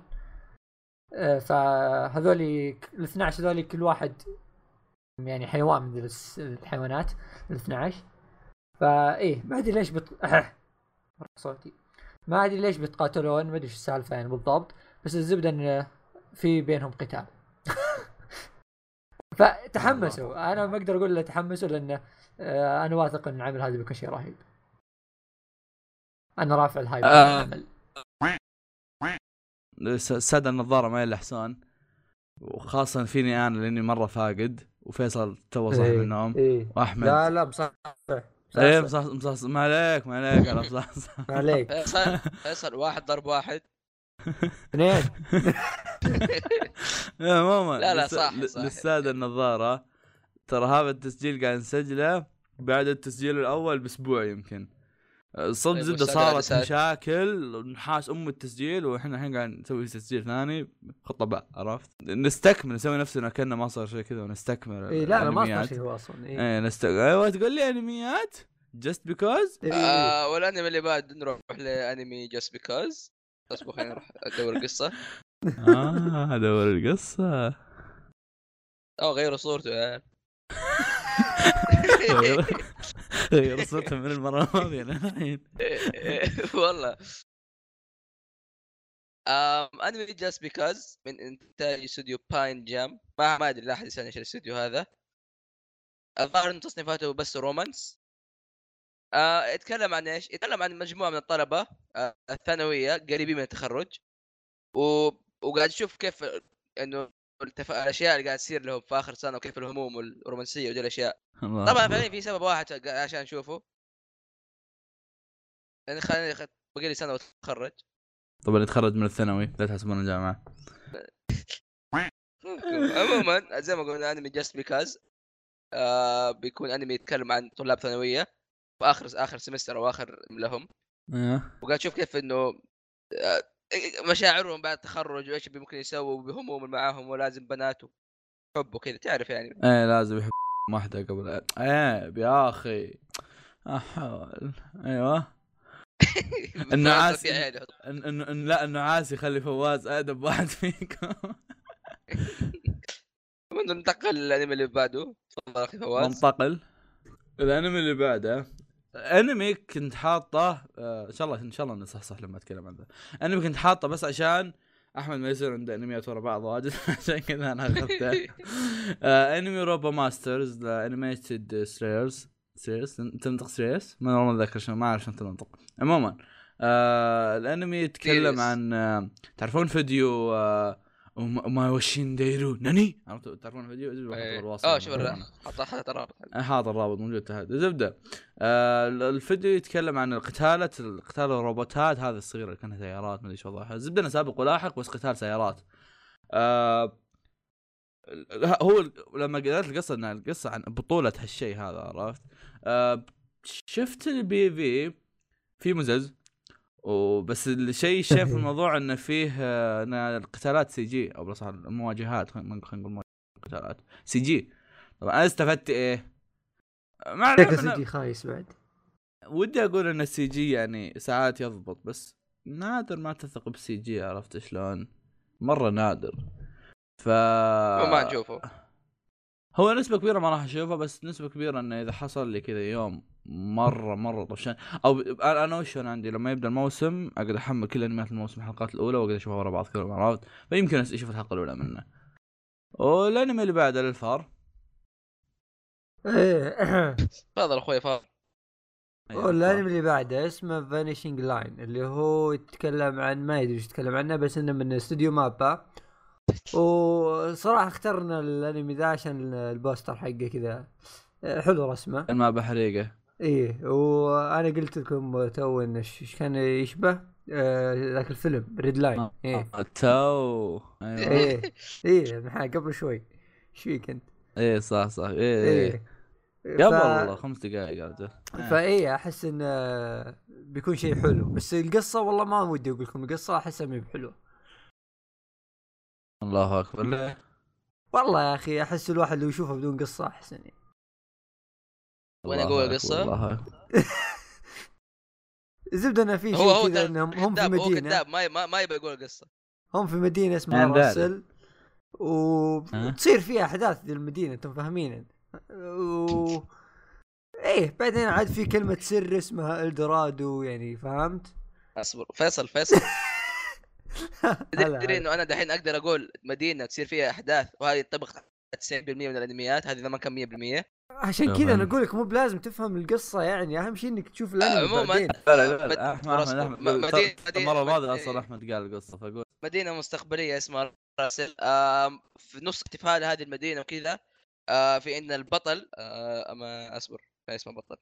فهذول ال 12 هذول كل واحد يعني حيوان من الحيوانات ال 12. ما ادري ليش صوتي ما ادري ليش بيتقاتلون ما ادري ايش السالفه يعني بالضبط. بس الزبده ان في بينهم قتال. فتحمسوا. انا ما اقدر اقول له تحمسوا لان انا واثق ان العمل هذا بيكون شيء رهيب. انا رافع الهايب العمل. السادة النظارة ما يلحسون وخاصة فيني أنا لأني مرة فاقد وفيصل تو صاحي من النوم وأحمد لا مصحصح مصحصح ما عليك على مصحصح ما عليك فيصل 1 ضرب 1 2. لا صح للسادة النظارة ترى هذا التسجيل قاعد نسجله بعد التسجيل الأول بأسبوع يمكن صدق زبده صارت مشاكل نحاس التسجيل، واحنا الحين قاعد نسوي تسجيل ثاني خطه بقى، عرفت نستكمل نسوي نفسنا كأنه ما صار شيء كذا ونستكمل. إيه لا ما صار شيء هو اصلا. ايوه تقول لي انميات just because. والانمي اللي بعد نروح لانمي just because. اصبر خلينا نروح ادور القصه. ادور القصه. غيروا صورته يا غير صورته من المره الماضيه الحين والله. انمي جاست بيكاز من انتاج استوديو باين جام. ما ادري لا احد يسالني ايش الاستوديو هذا. الظاهر ان تصنيفاته بس رومانس. يتكلم عن ايش؟ يتكلم عن مجموعه من الطلبه الثانويه قريبين من التخرج، وقاعد تشوف كيف انه الاشياء اللي قاعد تصير لهم في اخر سنه، وكيف الهموم والرومانسيه ودي الاشياء. طبعا فعليا في سبب واحد عشان نشوفه، يعني خليني باقي لي سنه واتخرج. طبعا يتخرج من الثانوي لا تحسبون الجامعه. عموما زي ما قلنا انمي جاست بيكاز بيكون انمي يتكلم عن طلاب ثانويه في اخر سمستر او اخر لهم. وقاعد تشوف كيف انه مشاعرهم بعد التخرج وايش ممكن يسووا بهموم معاهم، ولازم بناته حب وكذا تعرف يعني. لازم يحب واحده قبل. يا اخي احاول. ايوه النعاس لا النعاس يخلي فواز ادب واحد فيكم. ننتقل للانمي اللي بعده. تفضل اخي فواز. ننتقل الانمي اللي بعده. انمي كنت حاطه ان شاء الله نصحصح لما اتكلم عنه. انمي كنت حاطه بس عشان احمد ما يصير عنده انميات ورا بعض واجد عشان كذا انا اخذته. انمي روبو ماسترز انيميتد سلايرز. تنطق سلايرز ما اتذكر شنو، ما اعرف شلون تنطق. عموما الانمي يتكلم عن تعرفون فيديو وما وشين دايرو ناني، عرفتوا تعرفون الفيديو؟ شوف حاط الرابط موجود تحت زبده. الفيديو يتكلم عن قتال الروبوتات هذه الصغيره اللي كانت سيارات، ما ادري شو وضعها. زبده انا سابق ولاحق بس قتال سيارات. هو لما قرأت القصه ان القصه عن بطوله هالشيء هذا، عرفت. شفت البي في مزز، وبس الشيء شايف الموضوع انه فيه ان القتالات سي جي او بصح المواجهات، خلينا نقول قتالات سي جي. طبعا انا استفدت ايه؟ ما اعرف سي جي خايس بعد. ودي اقول ان السي جي يعني ساعات يضبط، بس نادر ما تثق بالسي جي، عرفت شلون؟ مره نادر. ما نشوفه. هو نسبة كبيرة ما راح اشوفه، بس نسبة كبيرة انه اذا حصل لي كذا يوم مرة طفشان، او انا وش انا عندي لما يبدا الموسم اقدر احمل كل انميات الموسم الحلقات الاولى واقدر اشوفها ورا بعض كلهم، عرفت. فيمكن اشوف الحلقة الاولى منه. والانمي اللي بعده للفار. تفضل اخوي فار. الانمي اللي بعده اسمه فانيشنج لاين، اللي هو يتكلم عن ما ادري ايش يتكلم عنه، بس انه من استوديو مابا. وصراحه اخترنا الانمي ذا عشان البوستر حقه كذا حلو رسمه الماء بحريقه. ايه، وانا قلت لكم تو انه ايش كان يشبه ذاك الفيلم ريد لاين. تو ايه قبل شوي. ايش فيك انت؟ ايه صح ايه قبل والله 5 دقائق قاعد. فايه احس انه بيكون شيء حلو، بس القصه والله ما ودي اقول لكم القصه، احسها مي بحلوه. الله اكبر. ليه؟ والله يا اخي احس الواحد لو يشوفه بدون قصه احسن. وانا اقول قصه زبدنا في شيء كذا انهم هم في مدينه. كذاب ما يبي يقول قصه. هم في مدينه اسمها راسل، وتصير فيها احداث ذي المدينه، انتم فاهمين. ايه بعدين عاد في كلمه سر اسمها الدورادو، يعني فهمت. اصبر فيصل تدري انه انا دحين اقدر اقول مدينه تصير فيها احداث وهذه طبق 90% من الانميات، هذه ما كان 100%. عشان كذا انا اقول لك مو بلازم تفهم القصه، يعني اهم شيء انك تشوف الانمي بعدين. لا احمد المره الماضيه اصلا احمد قال القصه، فاقول مدينه مستقبليه اسمها راسل. في نص احتفال هذه المدينه وكذا في ان البطل اما اصبر اسمه بطل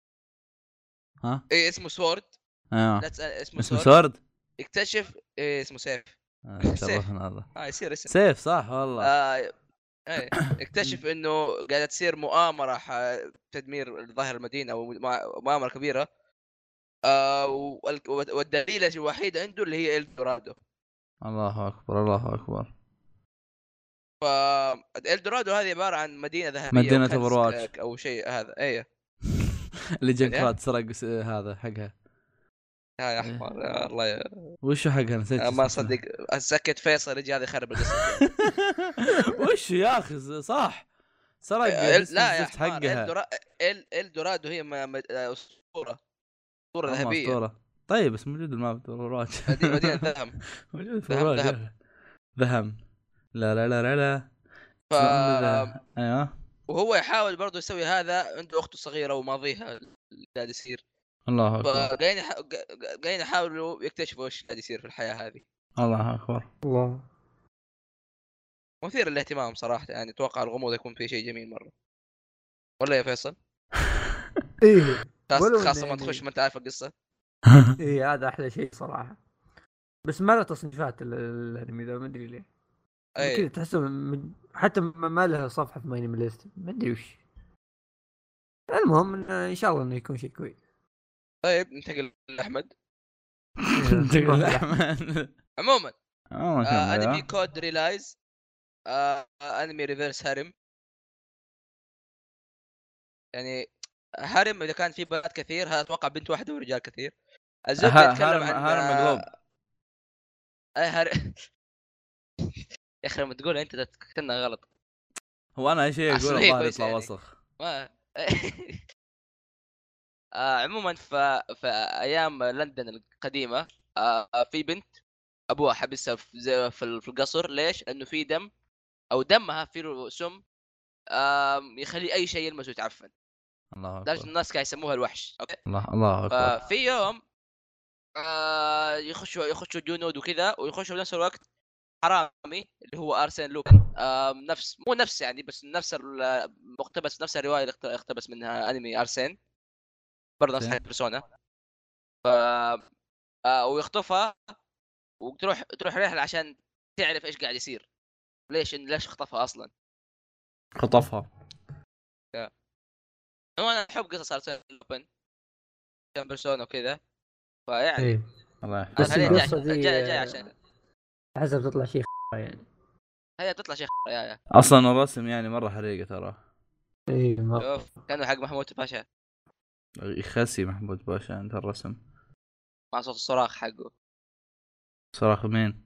ايه اسمه سورد. لا اسمه سورد. اكتشف اسمه سيف. شرفنا الله. يصير اسم سيف صح والله. اكتشف انه قاعده تصير مؤامره تدمير ظاهر المدينه او مؤامره كبيره. والدليل الوحيد عنده اللي هي إلدورادو. الله اكبر الله اكبر. فإلدورادو هذه عبارة عن مدينة ذهبية مدينة أو اوفرواتش كنز أو شيء هذا. ايه اللي جنك يعني راد سرق هذا حقها. يا احمر يا الله يا... وش حقها نسيت ما صدق سكت فيصل يجي هذا يخرب القصة. وش يا اخي صح سرق لا يا زفت حمار حقها. إلدورادو هي أسطورة ذهبية. أسطورة. طيب بس موجود الماب اوفرواتش. مدينة ذهب. موجود في ذهب اوفرواتش. ذهب. لا لا لا لا لا. ف... ايوه. وهو يحاول برضه يسوي هذا، عنده اخته صغيره وماضيها اللي قاعد يصير. الله اكبر. قاعدين يحاولوا يكتشفوا ايش قاعد يصير في الحياه هذه. الله اكبر. الله مثير للاهتمام صراحه، يعني اتوقع الغموض يكون فيه شيء جميل مره، ولا يا فيصل؟ ايه خاصه ما تخش ما انت عارف القصه. ايه هذا احلى شيء صراحه. بس ما له تصنيفات الانمي ذا، ما ادري ليه. كذا تحسه حتى ما له صفحه في ماي ليست، ما ادري وش. المهم ان شاء الله انه يكون شيء كويس. طيب ننتقل لاحمد. ننتقل لاحمد. عموما انمي كود ريلايز، انمي ريفيرس هارم. يعني هارم اذا كان في بنات كثير، هذا اتوقع بنت واحده ورجال كثير. الزبده يتكلم عن هارم مقلوب. يا اخي لما تقول انت كنا غلط. هو انا اي شيء اقول الظاهر يطلع يعني. وسخ ما عموما في ايام لندن القديمه، في بنت ابوها حبسها في القصر. ليش؟ لانه في دم او دمها فيه سم يخلي اي شيء يلمسه يتعفن. الله اكبر. لازم الناس كانوا يسموها الوحش. اوكي الله اكبر. في يوم يخشوا جنود وكذا، ويخشوا بنفس الوقت حرامي اللي هو ارسن لوبن. مو نفس يعني، بس نفس المقتبس، نفس الروايه اللي اقتبس منها انمي ارسن، برضه نفس حق بيرسونا. ويخطفها وتروح رحله عشان تعرف ايش قاعد يصير. ليش خطفها اصلا. انا احب قصص ارسن لوبن عشان بيرسونا وكذا، فيعني إيه. الله بس القصه دي جاي عشان حسب تطلع شيء يعني. هي تطلع شيخ يا اصلا الرسم يعني مره حريقه ترى. اي شوف كانوا حق محمود باشا. يخسي محمود باشا عند الرسم مع صوت الصراخ حقه. صراخ مين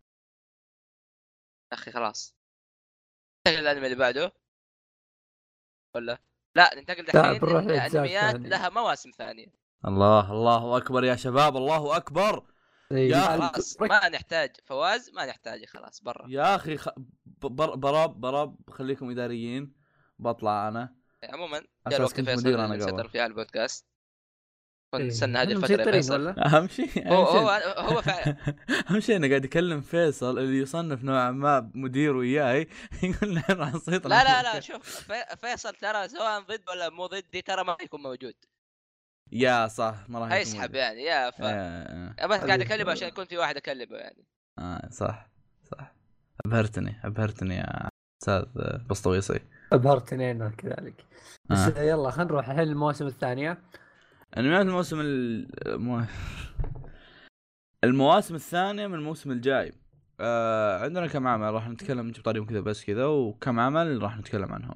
اخي خلاص ننتقل الانمي اللي بعده ولا لا؟ ننتقل دحين الانميات لها مواسم ثانيه. الله اكبر يا شباب، الله اكبر. يا خلاص ما نحتاج فواز، ما نحتاج، خلاص برا يا اخي براب خليكم اداريين، بطلع انا. عموما جاء الوقت فيصل نسيطر في البودكاست. نستنى هذه الفتره فيصل. اهم شيء هو اهم شيء انا قاعد اكلم فيصل اللي يصنف نوعا ما مدير وياي يقول لنا راح نسيطر. لا شوف فيصل ترى سواء ضد ولا مو ضدي ترى ما يكون موجود. يا صح ما راح يسحب يعني يا بس قاعد اكلمه عشان يكون في واحد اكلمه يعني. صح ابهرتني يا استاذ بسطويصي. ابهرتني انا كذلك. بس يلا خلينا نروح الحين المواسم الثانيه. انميات المواسم الثانيه من الموسم الجاي. عندنا كم عمل راح نتكلم نجيب طاريهم كذا بس كذا، وكم عمل راح نتكلم عنهم.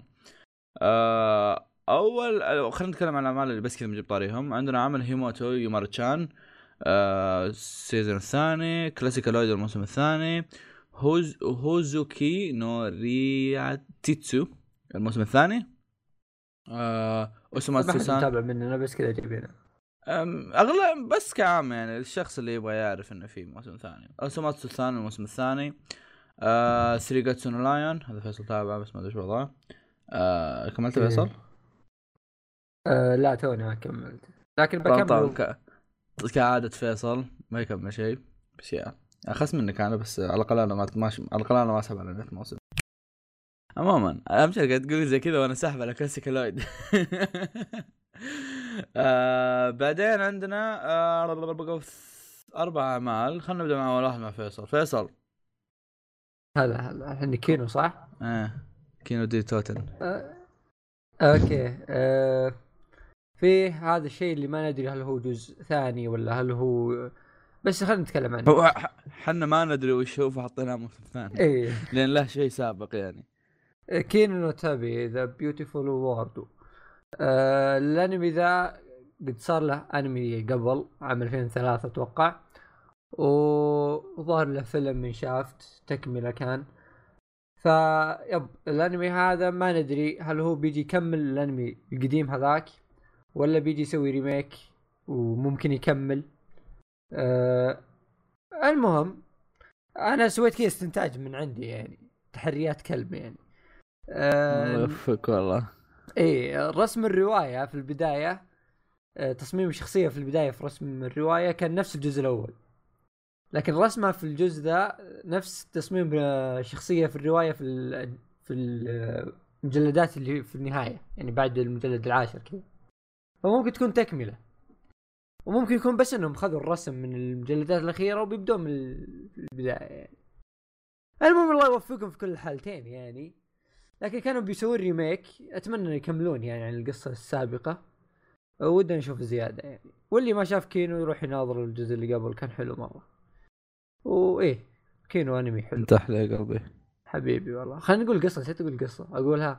اول خلينا نتكلم عن الاعمال اللي بس كذا نجيب طاريهم. عندنا عمل هيموتو يومارتشان السيزون الثاني، كلاسيكالويد الموسم الثاني، هوزوكي نو رياتيتسو الموسم الثاني، اوسوماتسو-سان تابع مننا بس كذا جايبينه اغلب بس كعام يعني الشخص اللي يبغى يعرف انه في موسم ثاني. اوسوماتسو-سان الموسم الثاني، سريغاتسو نو لايون هذا فيصل تابع بس ما ادري ايش وضعه. كملت فيصل؟ لا توني ما كملت، لكن بكمل كعادة فيصل ما يكمل شيء. بس يا اخس منك انا، بس على الاقل انا ما اسحب على نهاية الموسم. عموما اهم شيء قاعد تقول زي كذا وانا ساحب على كلاسيكالويد. بعدين عندنا 4 اعمال. خلينا نبدا مع اول واحد مع فيصل. هلا الحين كينو صح؟ كينو دي توتن. اوكي فيه هذا الشيء اللي ما ندري هل هو جزء ثاني ولا هل هو، بس خلينا نتكلم عنه. هو حنا ما ندري وش هو فحطيناه موسم ثاني إيه. لأن له شيء سابق يعني. كينو تابي ذا بيوتيفول وورد. الانمي ذا قد صار له انمي قبل عام 2003 اتوقع، وظهر له فيلم من شافت تكمله كان. فيب الانمي هذا ما ندري هل هو بيجي يكمل الانمي القديم هذاك ولا بيجي يسوي ريميك وممكن يكمل. المهم انا سويت كذا استنتاج من عندي يعني، تحريات كلب يعني. يفك والله. ايه رسم الرواية في البداية، تصميم الشخصية في البداية في رسم الرواية كان نفس الجزء الأول، لكن رسمها في الجزء ذا نفس تصميم الشخصية في الرواية في المجلدات اللي في النهاية يعني بعد المجلد 10 كذا. فممكن تكون تكملة، وممكن يكون بس انهم خذوا الرسم من المجلدات الأخيرة وبيبدون من البداية يعني. المهم الله يوفقهم في كل الحالتين يعني. لكن كانوا بيسوون ريميك، اتمنى ان يكملون يعني عن القصه السابقه، ودنا نشوف زياده يعني. واللي ما شاف كينو يروح يناظر الجزء اللي قبل كان حلو مره. وايه كينو انمي حلو. انت احلى يا قلبي حبيبي والله. خلينا نقول قصه، نسيت اقول قصه اقولها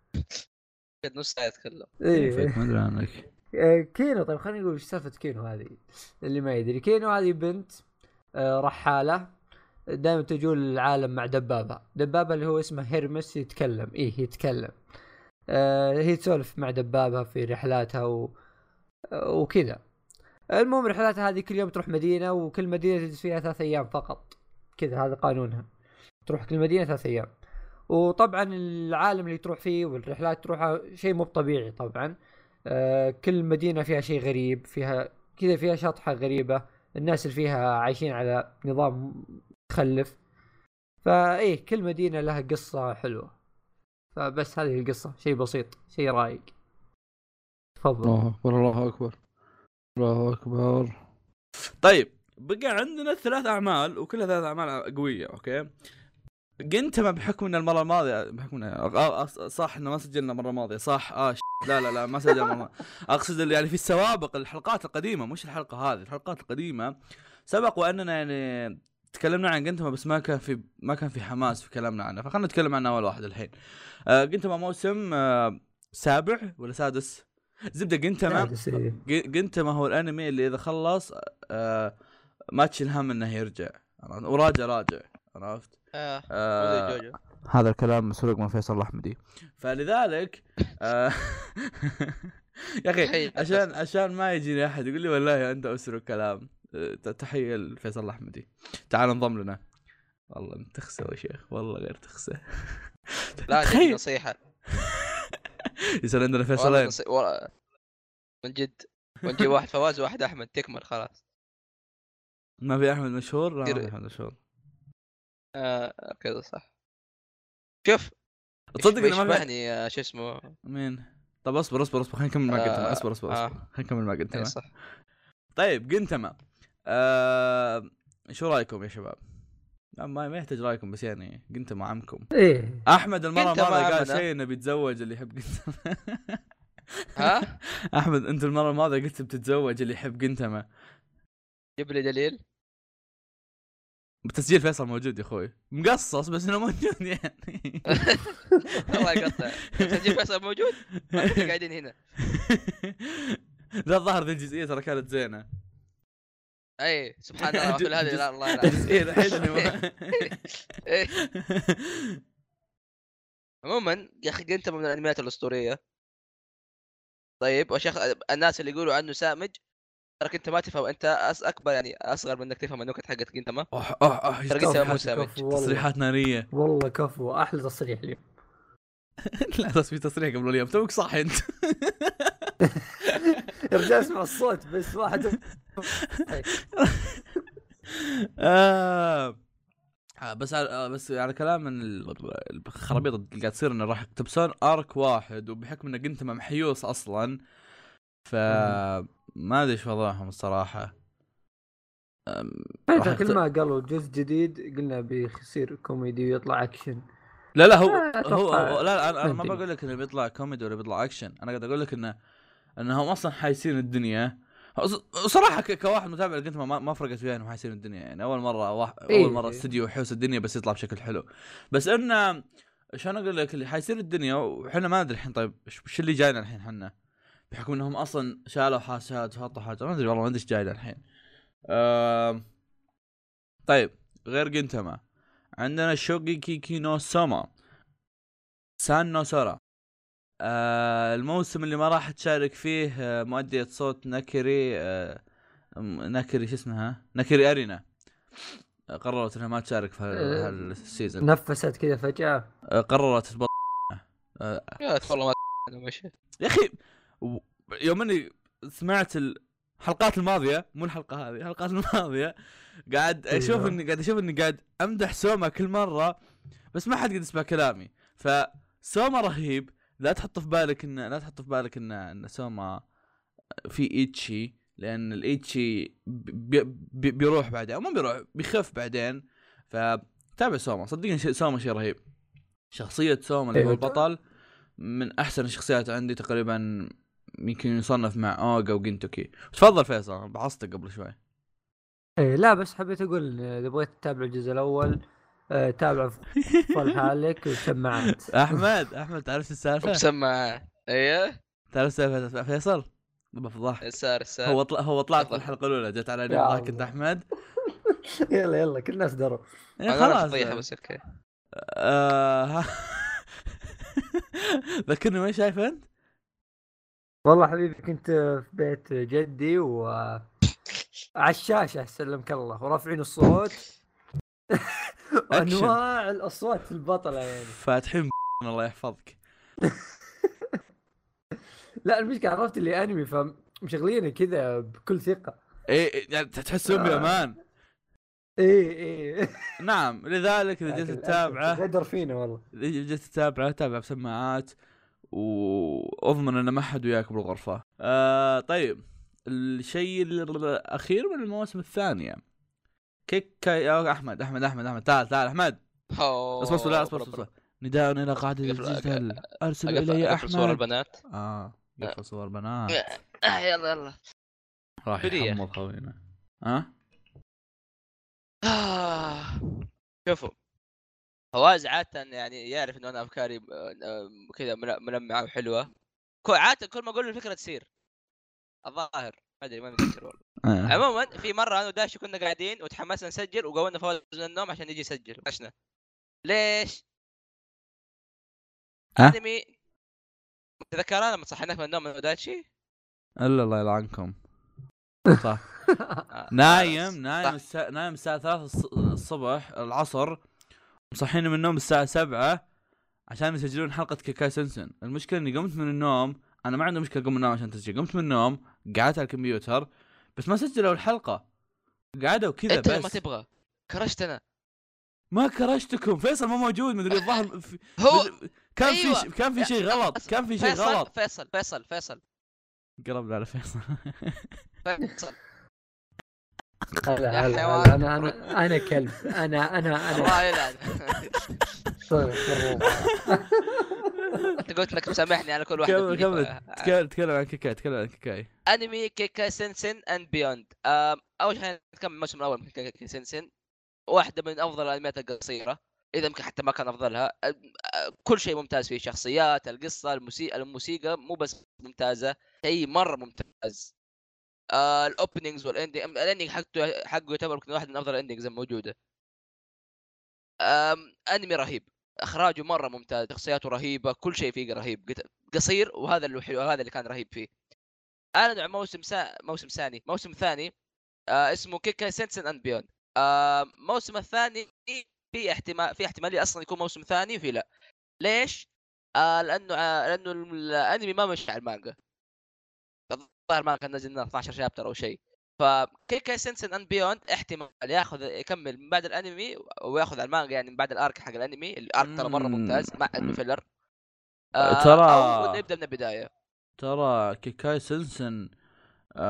قد نص ساعه اتكلم. ايه ما ادري عنك. كينو. طيب خلينا نقول ايش سالفه كينو هذه اللي ما يدري. كينو هذه بنت رحاله دائما تجول العالم مع دبابة اللي هو اسمه هيرمس يتكلم. يتكلم. هي تسولف مع دبابة في رحلاتها وكذا. المهم رحلاتها هذه كل يوم تروح مدينة، وكل مدينة تجلس فيها 3 أيام فقط كذا، هذا قانونها، تروح كل مدينة 3 أيام. وطبعا العالم اللي تروح فيه والرحلات تروحها شيء مو طبيعي طبعا. كل مدينة فيها شيء غريب، فيها كذا، فيها شطحة غريبة، الناس اللي فيها عايشين على نظام تخلف. فايه كل مدينة لها قصة حلوة. فبس هذه القصة، شيء بسيط، شيء رايق. تفضل. الله أكبر الله أكبر الله أكبر. طيب بقى عندنا 3 أعمال وكلها 3 أعمال قوية. أوكي جنتما بحكم ان المره الماضيه بحكم صح انه ما سجلنا مره ماضيه صح. لا ما سجلنا اقصد يعني في السوابق الحلقات القديمه، مش الحلقه هذه، الحلقات القديمه سبق واننا يعني تكلمنا عن جنتما بس ما كان في حماس في كلامنا عنه، فخلنا نتكلم عن اول واحد الحين. جنتما موسم 7 ولا 6 زبده. جنتما هو الانمي اللي اذا خلص ما تشيل هم انه يرجع وراجع عرفت. هذا الكلام مسروق من فيصل الأحمدي، فلذلك يا أخي عشان ما يجيني أحد يقول لي والله أنت أسرق كلام. تحية لفيصل الأحمدي، تعال انضم لنا. والله أنت تخسى يا شيخ، والله غير تخسى. لا جد نصيحة. يصير عندنا فيصلين من جد، ونجي واحد فواز وواحد أحمد تكمل خلاص. ما في أحمد مشهور. لا أحمد مشهور. كذا صح. شوف تصدق انه ما يشبهني شو اسمه مين. طب اصبر خلينا نكمل ما قلت. اصبر خلينا نكمل ما قلت. صح. طيب جنتما شو رايكم يا شباب؟ ما يحتاج رايكم بس يعني جنتما عمكم. ايه احمد المره الماضيه قال شيء انه بيتزوج اللي يحب جنتما. ها احمد انت المره الماضيه قلت بتتزوج اللي يحب جنتما. جيب لي دليل. بتسجيل فيصل موجود يا اخوي، مقصص بس انه موجود يعني. الله يقطع. تسجيل فيصل موجود، ما كنا قاعدين هنا. لا الظاهر ذي الجزئيه ترى كانت زينه. اي سبحان الله. في هذه لا الله لا الجزئيه الحين. عموما يا اخي انت من الانميات الاسطوريه. طيب وش الناس اللي يقولوا عنه سامج، ترى انت ما تفهم. انت اكبر يعني اصغر منك تفهم النكت حقتك انت ما. تصريحات ناريه والله. كفو احلى تصريح اليوم. لا بس في تصريح قبل اليوم توك صح انت. ارجع اسمع الصوت بس واحد. بس على كلام من الخرابيط اللي قاعد تصير انه راح يقتبسون ارك واحد، وبحكم انه قنت محيوس اصلا فما ادري ايش وضعهم الصراحه. كل ما قالوا جزء جديد قلنا بيصير كوميدي ويطلع اكشن. لا هو لا انا ما بقول لك انه بيطلع كوميدي ولا بيطلع اكشن. انا قاعد اقول لك انه انهم اصلا حايسين الدنيا. صراحه كواحد متابع لقيت ما فرقت وياي انهم حايسين الدنيا، يعني اول مره استديو يحوس الدنيا بس يطلع بشكل حلو. بس انه شلون اقول لك اللي حيصير الدنيا وحنا ما ندري الحين. طيب ايش اللي جاينا الحين حنا بحكم انهم اصلا شالوا حاسات وحطوا حاجه، ما ادري والله ما ادري ايش جاينا الحين. طيب غير جنتما عندنا شوغي كيكي نو سوما سان نو سورا. الموسم اللي ما راح تشارك فيه مؤدية صوت ناكيري ناكيري شو اسمها ناكيري أرينا، قررت انها ما تشارك في هالسيزون. نفست كذا فجأة. قررت تبطل. يا والله ما ماشي يا اخي. يوم اني سمعت الحلقات الماضيه، مو الحلقه هذه، الحلقات الماضيه قاعد اشوف اني قاعد امدح سوما كل مره بس ما حد قد يسمع كلامي. فسوما رهيب، لا تحط في بالك ان سوما في ايتشي، لان الايتشي بيروح بعدين، ما بيروح بيخف بعدين. فتابع سوما، صدقني سوما شيء رهيب. شخصيه سوما اللي هو البطل من احسن الشخصيات عندي تقريبا، يمكن يصنف مع اوغا وجينتوكي. تفضل فيصل، بعصتك قبل شوي. ايه لا بس حبيت اقول اذا بغيت تتابع الجزء الاول تابع فل حالك وسماعات. احمد تعرف السالفه بسماعات. ايه تعرف السالفه فيصل بفضح. السار هو طلعت في الحلقه الاولى، جت على نبضاك انت احمد. يلا كل الناس دروا. خلاص فضيحه بس اوكي. ذكرني وين شايف انت؟ والله حبيبي كنت في بيت جدي وعلى الشاشة سلمك الله ورافعين الصوت وانواع الاصوات البطلة يعني فاتحين الله يحفظك. لا المشكلة عرفت اللي انمي فمشغلينه كذا بكل ثقة. ايه يعني تحسون بامان. ايه نعم، لذلك اذا جيت تتابعه غدر فينا والله. اذا جيت تتابع بسماعات واضمن ان ما حد وياك بالغرفه. طيب الشيء الاخير من المواسم الثانيه كيك يا احمد تعال احمد. اصبر نداء الى قاعده الديجيتال ارسل الي احمد. صور البنات. قفل صور بنات. يلا راح يحمض خوينا. شوفوا فواز عادة يعني يعرف انه انا افكاري كذا ملمعه وحلوه. عادة كل ما اقول الفكره تصير الظاهر، ما ادري ما متذكر والله. عموما في مره انا وداشي كنا قاعدين وتحمسنا نسجل وقولنا فواز من النوم عشان يجي يسجل. عشنا ليش انمي تذكرنا لما صحيناك من النوم من وداشي؟ الله يلعنكم. صح. نايم الساعة 3 الصبح العصر، مصحيني من النوم الساعة 7 عشان يسجلون حلقة كيكاي سنسن. المشكلة اني قمت من النوم، انا ما عندي مشكلة قم من النوم عشان تسجيل، قمت من النوم قعدت على الكمبيوتر بس ما سجلوا الحلقة، قعدوا كذا بس. انت ما تبغى كرشتنا. ما كرشتكم، فيصل ما موجود، مدري الظاهر هو كان في شيء غلط. فيصل قربنا على فيصل. انا كلب انا الله يلعن. انت قلت لك مسامحني على كل واحد. تكلم عن كيكاي. انمي كيكاي سنسن اند بيوند. اول شيء نتكلم الموسم الاول من كيكاي سنسن، واحده من افضل الانميات القصيره، اذا يمكن حتى ما كان افضلها. كل شيء ممتاز فيه، شخصيات، القصه، الموسيقى مو بس ممتازه، شيء مره ممتاز. الاوبننجز والاندنج حقه يعتبر واحد من افضل الاندنجز الموجوده. انمي رهيب، اخراجه مره ممتاز، شخصياته رهيبه، كل شيء فيه رهيب، قصير، وهذا اللي حلو، هذا اللي كان رهيب فيه. انا موسم ثاني اسمه كيكاي سنسن اند بيوند. الموسم الثاني في احتماليه اصلا يكون موسم ثاني وفي لا. ليش؟ لانه الانمي ما مشى على المانجا، الظاهر ما كان نزل 12 شابتر او شيء. فكيكاي سنسن اند بيوند احتمال يكمل من بعد الانمي وياخذ على المانجا، يعني من بعد الارك حق الانمي. الارك ترى مره ممتاز، ما عنده فيلر. ترى او نبدا من البدايه. ترى كيكاي سنسن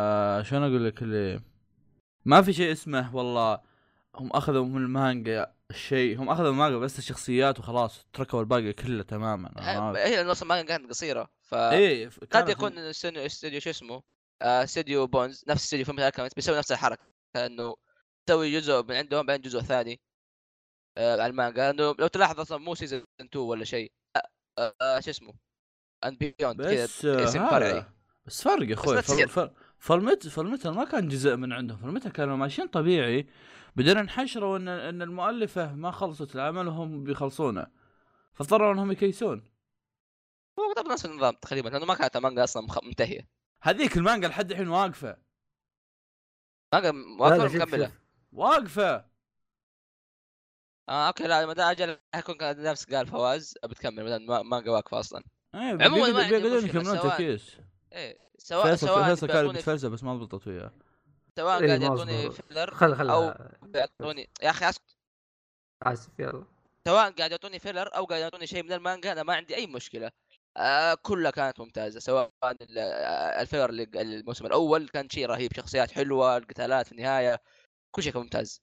شلون اقول لك، اللي ما في شيء اسمه والله هم اخذوا من المانجا الشيء، هم اخذوا المانجا بس الشخصيات وخلاص، تركوا الباقي كله تماما. هي نص المانجا كانت قصيره، ف ايه قد يكون استوديو شو اسمه استوديو بونز، نفس استوديو فيلم الكاميت، بيسوي نفس الحركه، انه تسوي جزء من عندهم بعدين جزء ثاني على المانجا. انه لو تلاحظ اصلا مو سيزون 2 ولا شيء، شو اسمه اند بيوند كذا، بس اسم فرعي. هذا بس فرق يا اخوي. فالمتر ما كان جزء من عندهم، فالمتر كانوا ماشيين طبيعي، بدنا نحشروا ان المؤلفه ما خلصت العمل وهم بيخلصونه، فاضطروا انهم يكيسون. هو طبعا نفس النظام تقريبا، لانه ما كانت المانجا اصلا منتهيه. هذيك المانجا لحد الحين واقفه، مانجا واقفه مكمله واقفه. اوكي، لا ما اجل حيكون نفس قال فواز بتكمل بدل مانجا واقفه اصلا. ايه عموما ما عندي بيقدرون مشكله، يكملون تكيس. ايه سواء فيصل كان بيتفلسف بس ما ضبطت وياه. سواء قاعد يعطوني فيلر او يعطوني يا اخي اسف يلا، سواء قاعد يعطوني فيلر او قاعد يعطوني شيء من المانجا، انا ما عندي اي مشكله. كلها كانت ممتازه، سواء الفيلر الموسم الاول كان شيء رهيب، شخصيات حلوه، القتالات في النهايه، كل شيء كان ممتاز.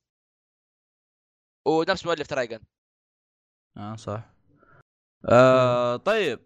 ونفس مؤلف ترايجن. صح. طيب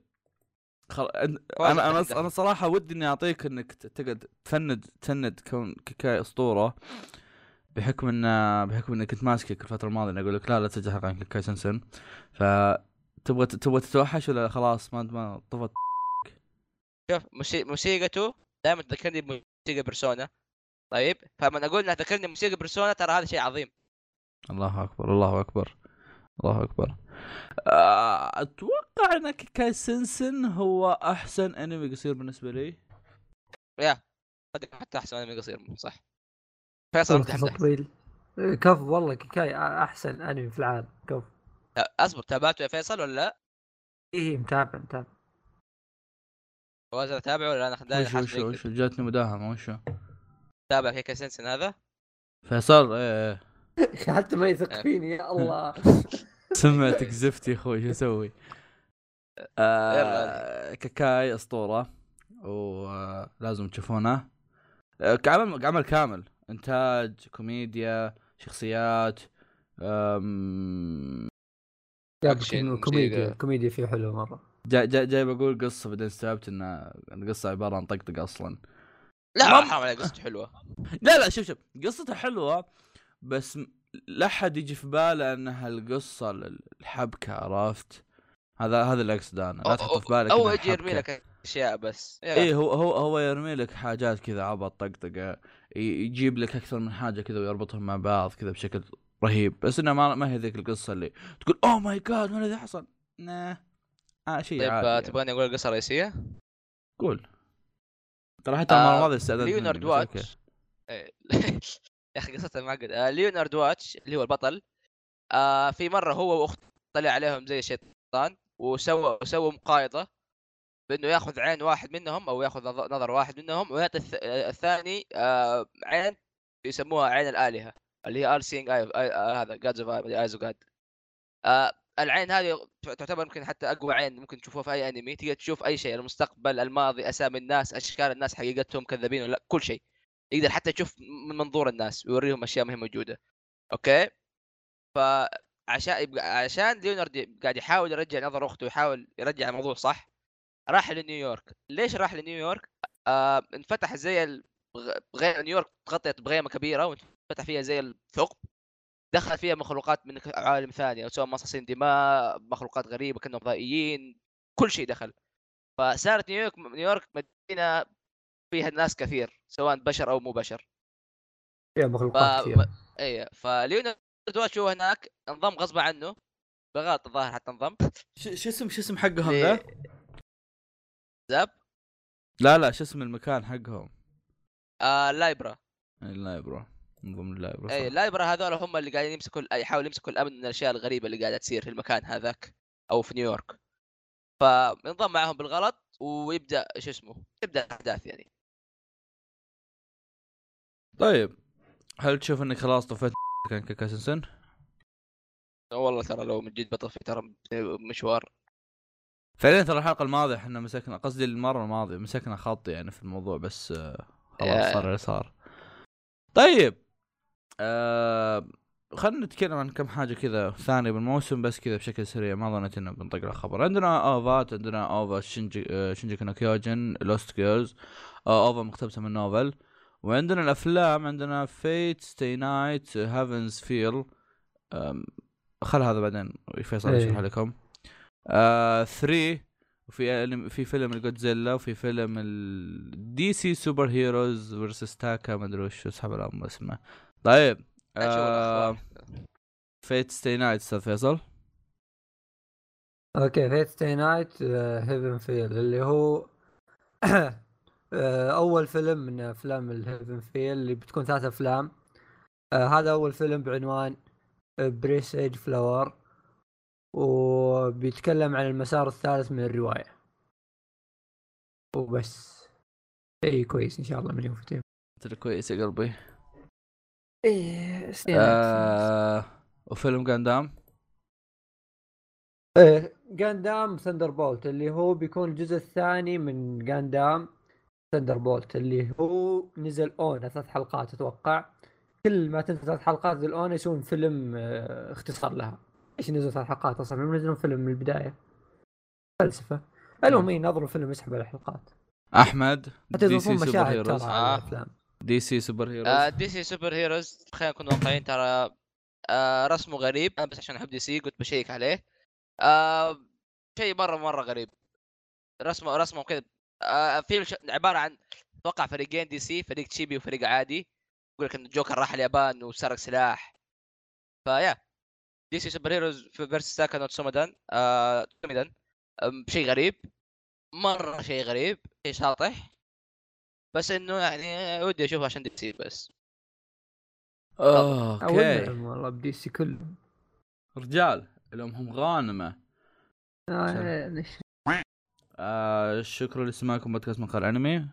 انا صراحه ودي اني اعطيك انك تقعد تفند كون كيكاي اسطوره، بحكم انك كنت ماسكك الفتره الماضيه، انا اقول لك لا تتجاهل عن كيكاي سنسن، فتبغى تتوحش ولا خلاص ما طفت؟ شوف موسيقته دائما تذكرني بموسيقى بيرسونا. طيب فمن اقول انها تذكرني بموسيقى بيرسونا، ترى هذا شيء عظيم. الله اكبر الله اكبر الله اكبر. اتوقع ان كيكاي سنسن هو احسن انمي قصير بالنسبه لي. يا قد حتى احسن انمي قصير، صح. فيصل طويل كف والله، كيكاي احسن انمي في العالم كف. اصبر، تابعته يا فيصل ولا لا؟ ايه متابع فواز تابعه ولا انا خداني وش جاتني مداهمه وشو تابع كيكاي سنسن هذا فيصل؟ ايه حتى ما يثق فيني يا الله. سمعتك زفتي يا اخوي، شو اسوي؟ كيكاي اسطوره ولازم تشوفونه. عمل كامل، انتاج، كوميديا، شخصيات، اكشن، كوميديا فيه حلو مره. جاي بقول قصه، بعدين استوعبت ان القصه عباره عن طقطقه اصلا. لا حرام عليك، قصته حلوه. لا شوف قصتها حلوه، بس لا حد يجي في باله انها القصه الحبكه، عرفت؟ هذا اللي اقصد انا. لا تحط في بالك او يجي يرمي لك اشياء بس. ايه هو يرمي لك حاجات كذا عبط طقطقه، يجيب لك اكثر من حاجه كذا ويربطهم مع بعض كذا بشكل رهيب، بس انها ما هي ذيك القصه اللي تقول اوه ماي جاد ما الذي حصل. شيء طيب عادي. تبغاني اقول القصه الرئيسيه؟ قول. ترى حتى المره الماضيه استعداد ليونارد واتش. يا اخي قصته معقده. ليونارد واتش اللي هو البطل، في مره هو واخت طلع عليهم زي الشيطان، وسووا مقايضه بانه ياخذ عين واحد منهم او ياخذ نظر واحد منهم ويعطي الثاني عين يسموها عين الالهه، اللي هي ارسينج هذا جادز اوف ايز جاد. العين هذه تعتبر يمكن حتى اقوى عين ممكن تشوفوها في اي انمي. تقدر تشوف اي شيء، المستقبل، الماضي، اسامي الناس، اشكال الناس، حقيقتهم، كذابين ولا كل شيء. يقدر حتى يشوف من منظور الناس ويوريهم اشياء ما هي موجوده. اوكي، عشان ليونارد قاعد يحاول يرجع نظر اخته ويحاول يرجع الموضوع صح، راح لنيويورك. ليش راح لنيويورك؟ انفتح زي نيويورك تغطيت بغيمه كبيره وانفتح فيها زي الثقب، دخل فيها مخلوقات من عالم ثاني، سواء مصاصين دماء، مخلوقات غريبه كانهم فضائيين، كل شيء دخل. فصارت نيويورك مدينه فيها ناس كثير، سواء بشر او مو بشر، فيها مخلوقات كثير. ايه، فليوناردو واتشو هناك انضم غصب عنه بغلط الظاهر، حتى انضم. شو اسم حقهم ذا؟ زاب؟ لا شو اسم المكان حقهم؟ لايبرا. اللايبرا، نظم اللايبرا. اي لايبرا هذول هم اللي قاعدين يحاولوا يمسكوا الامن من الاشياء الغريبه اللي قاعده تصير في المكان هذاك او في نيويورك. فينضم معهم بالغلط ويبدا يبدا الاحداث يعني. طيب هل تشوف انك خلاص طفيت كان كاسنسن؟ والله ترى لو من جد بطفي ترى مشوار فعليا. ترى الحلقه الماضيه احنا مسكنا، قصدي المره الماضيه مسكنا خط يعني في الموضوع، بس خلاص صار اللي صار. طيب خلنا نتكلم عن كم حاجة كذا ثانية بالموسم بس كذا بشكل سريع. ما ظنيت إنه بنطق له خبر. عندنا أوفات، عندنا أوفا شينجي كونو كيوجن لوست جيرلز، أوفا مقتبسة من نوفل. وعندنا الأفلام، عندنا فيت ستي نايت، هافنز فيل. خل هذا بعدين فيصل يشرح لكم. 3 وفي فيلم الجودزيلا، وفي فيلم الدي سي سوبر هيروز فيرسس تاكا ما ادري وش اسحب الام اسمه. طيب فيت ستي نايت استاذ فيصل. اوكي فيت ستي نايت هيفن فيل اللي هو اول فيلم من افلام الهيفن فيل اللي بتكون 3 افلام. هذا اول فيلم بعنوان بريسيج فلاور، وبيتكلم عن المسار الثالث من الرواية وبس. شيء كويس ان شاء الله من يوم فتيم. كويس يا قلبي. ايه وفيلم غاندام. غاندام ثاندر بولت اللي هو بيكون الجزء الثاني من غاندام ثاندر بولت اللي هو نزل 3 حلقات اتوقع. كل ما تنزل 3 حلقات ذي يسوون فيلم اختصار لها. ايش نزل 3 حلقات اصلا؟ ينزلون فيلم من البدايه فلسفه. المهم ينظروا فيلم يسحب على الحلقات. احمد دي سي سوبر هيروز. دي سي سوبر هيروز. دي سي سوبر هيروز خلينا نكون واقعيين ترى. رسمه غريب. انا بس عشان احب دي سي قلت بشيك عليه. شيء مره غريب. رسمه كذا. فيلم عباره عن اتوقع فريقين دي سي، فريق تشيبي وفريق عادي. يقول لك ان الجوكر راح اليابان وسرق سلاح. فيا دي سي سوبر هيروز في فيرس ساكا نوت سومدان شيء غريب مره، شيء غريب، شيء شاطح. بس انه يعني ودي اشوفه عشان دي سي بس. اوكي والله بدي سي كله رجال لهم غانمه. شكرا لاستماعكم بودكاست مقال انمي.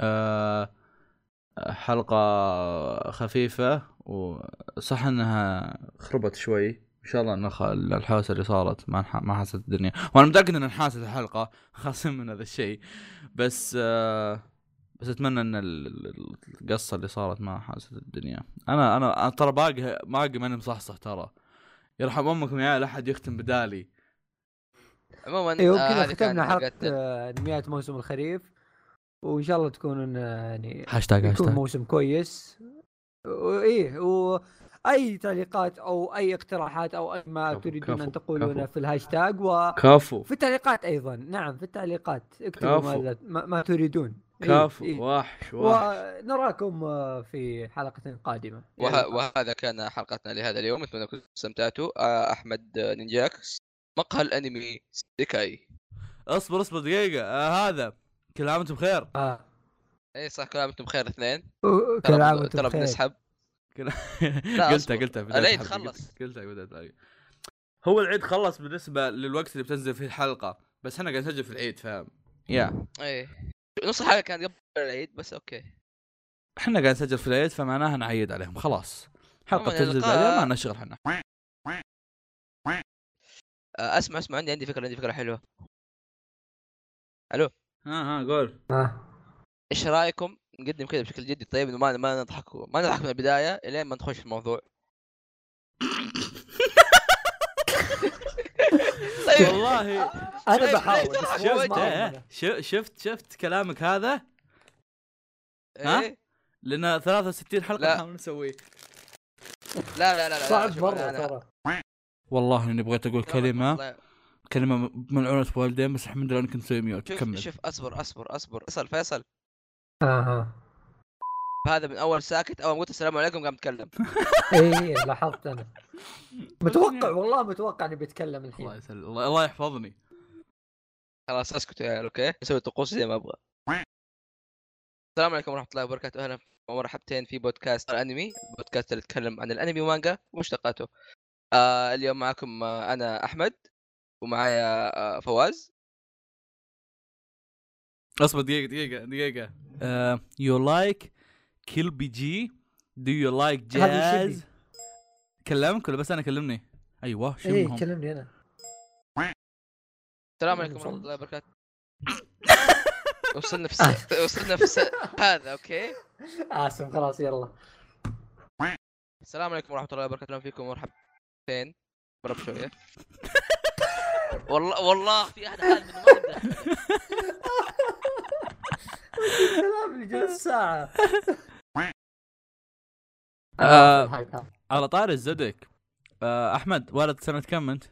حلقة خفيفة وصح انها خربت شوي. ان شاء الله نخل الحوسه اللي صارت ما حست الدنيا، وانا متاكد ان انحاست الحلقة خاصة من هذا الشيء. بس اتمنى ان القصة اللي صارت ما حست الدنيا. انا ترى باقي ماني مصحصح ترى. يرحم امكم يا احد يختم بدالي. عموما هذه ختمنا حلقة نهاية موسم الخريف، وان شاء الله تكون يعني يكون موسم كويس. واي تعليقات او اي اقتراحات او اي ما تريدون ان تقولونه في الهاشتاج في التعليقات ايضا. نعم في التعليقات اكتبوا ما تريدون. كفو. وحش ونراكم في حلقة قادمة. وهذا كان حلقتنا لهذا اليوم. اتمنى انكم استمتعتوا. احمد نينجاكس مقهى الانمي سيكاي. اصبر دقيقة. هذا كل عام وانتم بخير. اي صح كل عام وانتم بخير اثنين. كل عام وانتم بخير. بنسحب. قلتها العيد خلص. قلتها هو العيد خلص بالنسبة للوقت اللي بتنزل فيه الحلقة، بس احنا قاعد نسجل في العيد فاهم. ايه نص الحلقة كانت قبل العيد بس اوكي. احنا قاعد نسجل في العيد فمعناها نعيد عليهم خلاص. حلقة تنزل بعدين ما نشغل احنا. اسمع عندي فكرة حلوة. الو. قول. ايش رايكم نقدم كذا بشكل جدي طيب، انه ما نضحك من البدايه الين ما نخش في الموضوع. طيب والله انا بحاول. شفت كلامك هذا. ها لنا 63 حلقه نحاول نسويه. لا صعب مره ترى. والله اني بغيت اقول كلمه ملعونه والدين، بس الحمد لله انك كنت سوي. كمل. شوف اصبر فيصل. هذا من اول ساكت، اول ما قلت السلام عليكم قام يتكلم. ايه لاحظت انا. متوقع اني بيتكلم الحين. الله يسلمك. الله يحفظني. خلاص اسكت يا اوكي اسوي طقوس زي ما ابغى. السلام عليكم ورحمه الله وبركاته. اهلا ومرحبتين في بودكاست الانمي، بودكاست اللي يتكلم عن الانمي ومانجا ومشتقاته. اليوم معكم انا احمد ومعايا فواز. اصبر دقيقة. You like Kill BG? Do you like jazz? كلمك ولا بس انا كلمني؟ ايوه شو منهم؟ كلمني انا. السلام عليكم ورحمه الله وبركاته. وصلنا في هذا اوكي. اسف خلاص يلا. السلام عليكم ورحمه الله وبركاته. اهلا فيكم مرحبا. فين برب شويه. والله في احد حال منه ما يبدا. الكلام اللي جلس ساعه. على طار الزدك. احمد والد سنه كم انت؟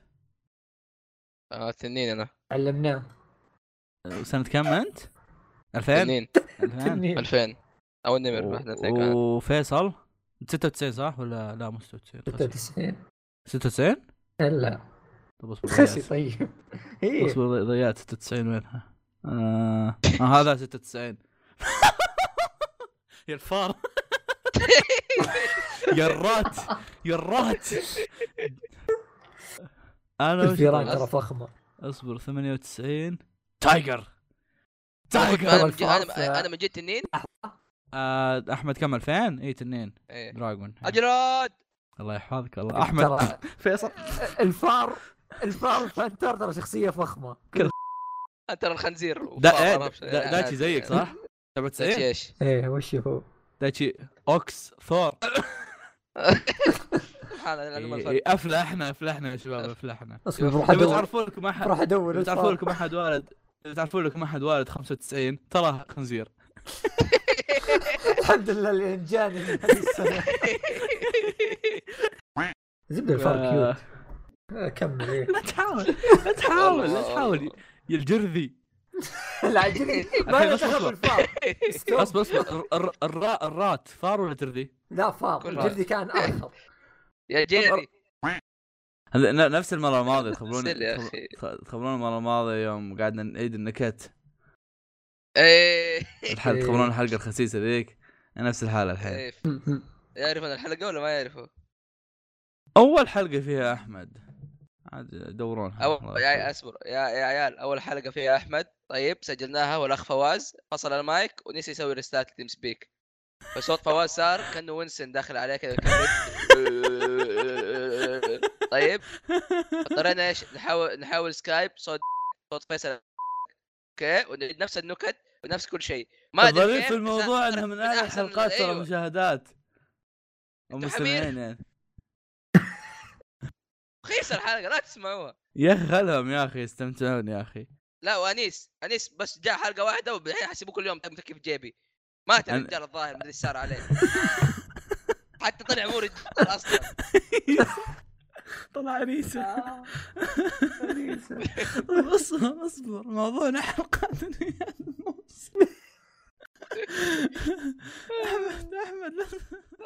تنين انا. علمناه. سنه كم انت؟ 2000 2000 او النمر واحد اثنين. وفيصل 96 صح ولا لا؟ مو 96. 96 لا طب اصبر خسي. طيب اصبر ضيعت 96 وينها؟ هذا 96. يا الفار. يا الرات انا الفيران ترى فخمه. اصبر 98 تايجر. انا من جد تنين. احمد كم 2000 اي تنين دراغون اجراد. الله يحفظك الله. احمد فيصل الفار فانتر ترى شخصيه فخمه. ترى الخنزير دايتشي زيك صح؟ 97 ايش؟ ايه وش هو دايتشي اوكس ثور. افلحنا يا شباب افلحنا. تعرفون لكم احد راح ادور. تعرفون لكم احد والد 95 ترى خنزير. الحمد لله اللي انجاني من هذه السنه. زبده الفار كيوت. كمل. ايه لا تحاول يا الجرذي. لا جرذي ما دخل الفار. اصبر الرات فار ولا جرذي؟ لا فار. الجرذي كان اخر يا جيري. نفس المره الماضيه تخبرون المره الماضيه يوم قعدنا نعيد النكت. تخبرون الحلقه الخسيسه ذيك نفس الحاله الحين. يعرفون الحلقه ولا ما يعرفوا؟ اول حلقه فيها احمد عاد دورونها. يا اصبر يا عيال. اول حلقه فيها احمد طيب سجلناها والاخ فواز فصل المايك ونسي يسوي ريستارت للتيم سبيك. فصوت فواز صار كانه وينسن داخل عليه كذا. طيب اضطرينا ايش نحاول سكايب صوت فيصل. اوكي ونعيد نفس النكت ونفس كل شيء. ما ادري في الموضوع انها من اعلى الحلقات ترى مشاهدات ومستمعين يعني. خيس الحلقه لا تسمعوها يا اخي. خلهم يا اخي يستمتعون يا اخي. لا وانيس بس جاء حلقه واحده وبالحين حسبوه كل يوم متكي في جيبي. مات الرجال الظاهر ما ادري ايش صار عليه. حتى طلع مو رجال اصلا. طلع عريسه. اصبر موضوعنا حلقات احمد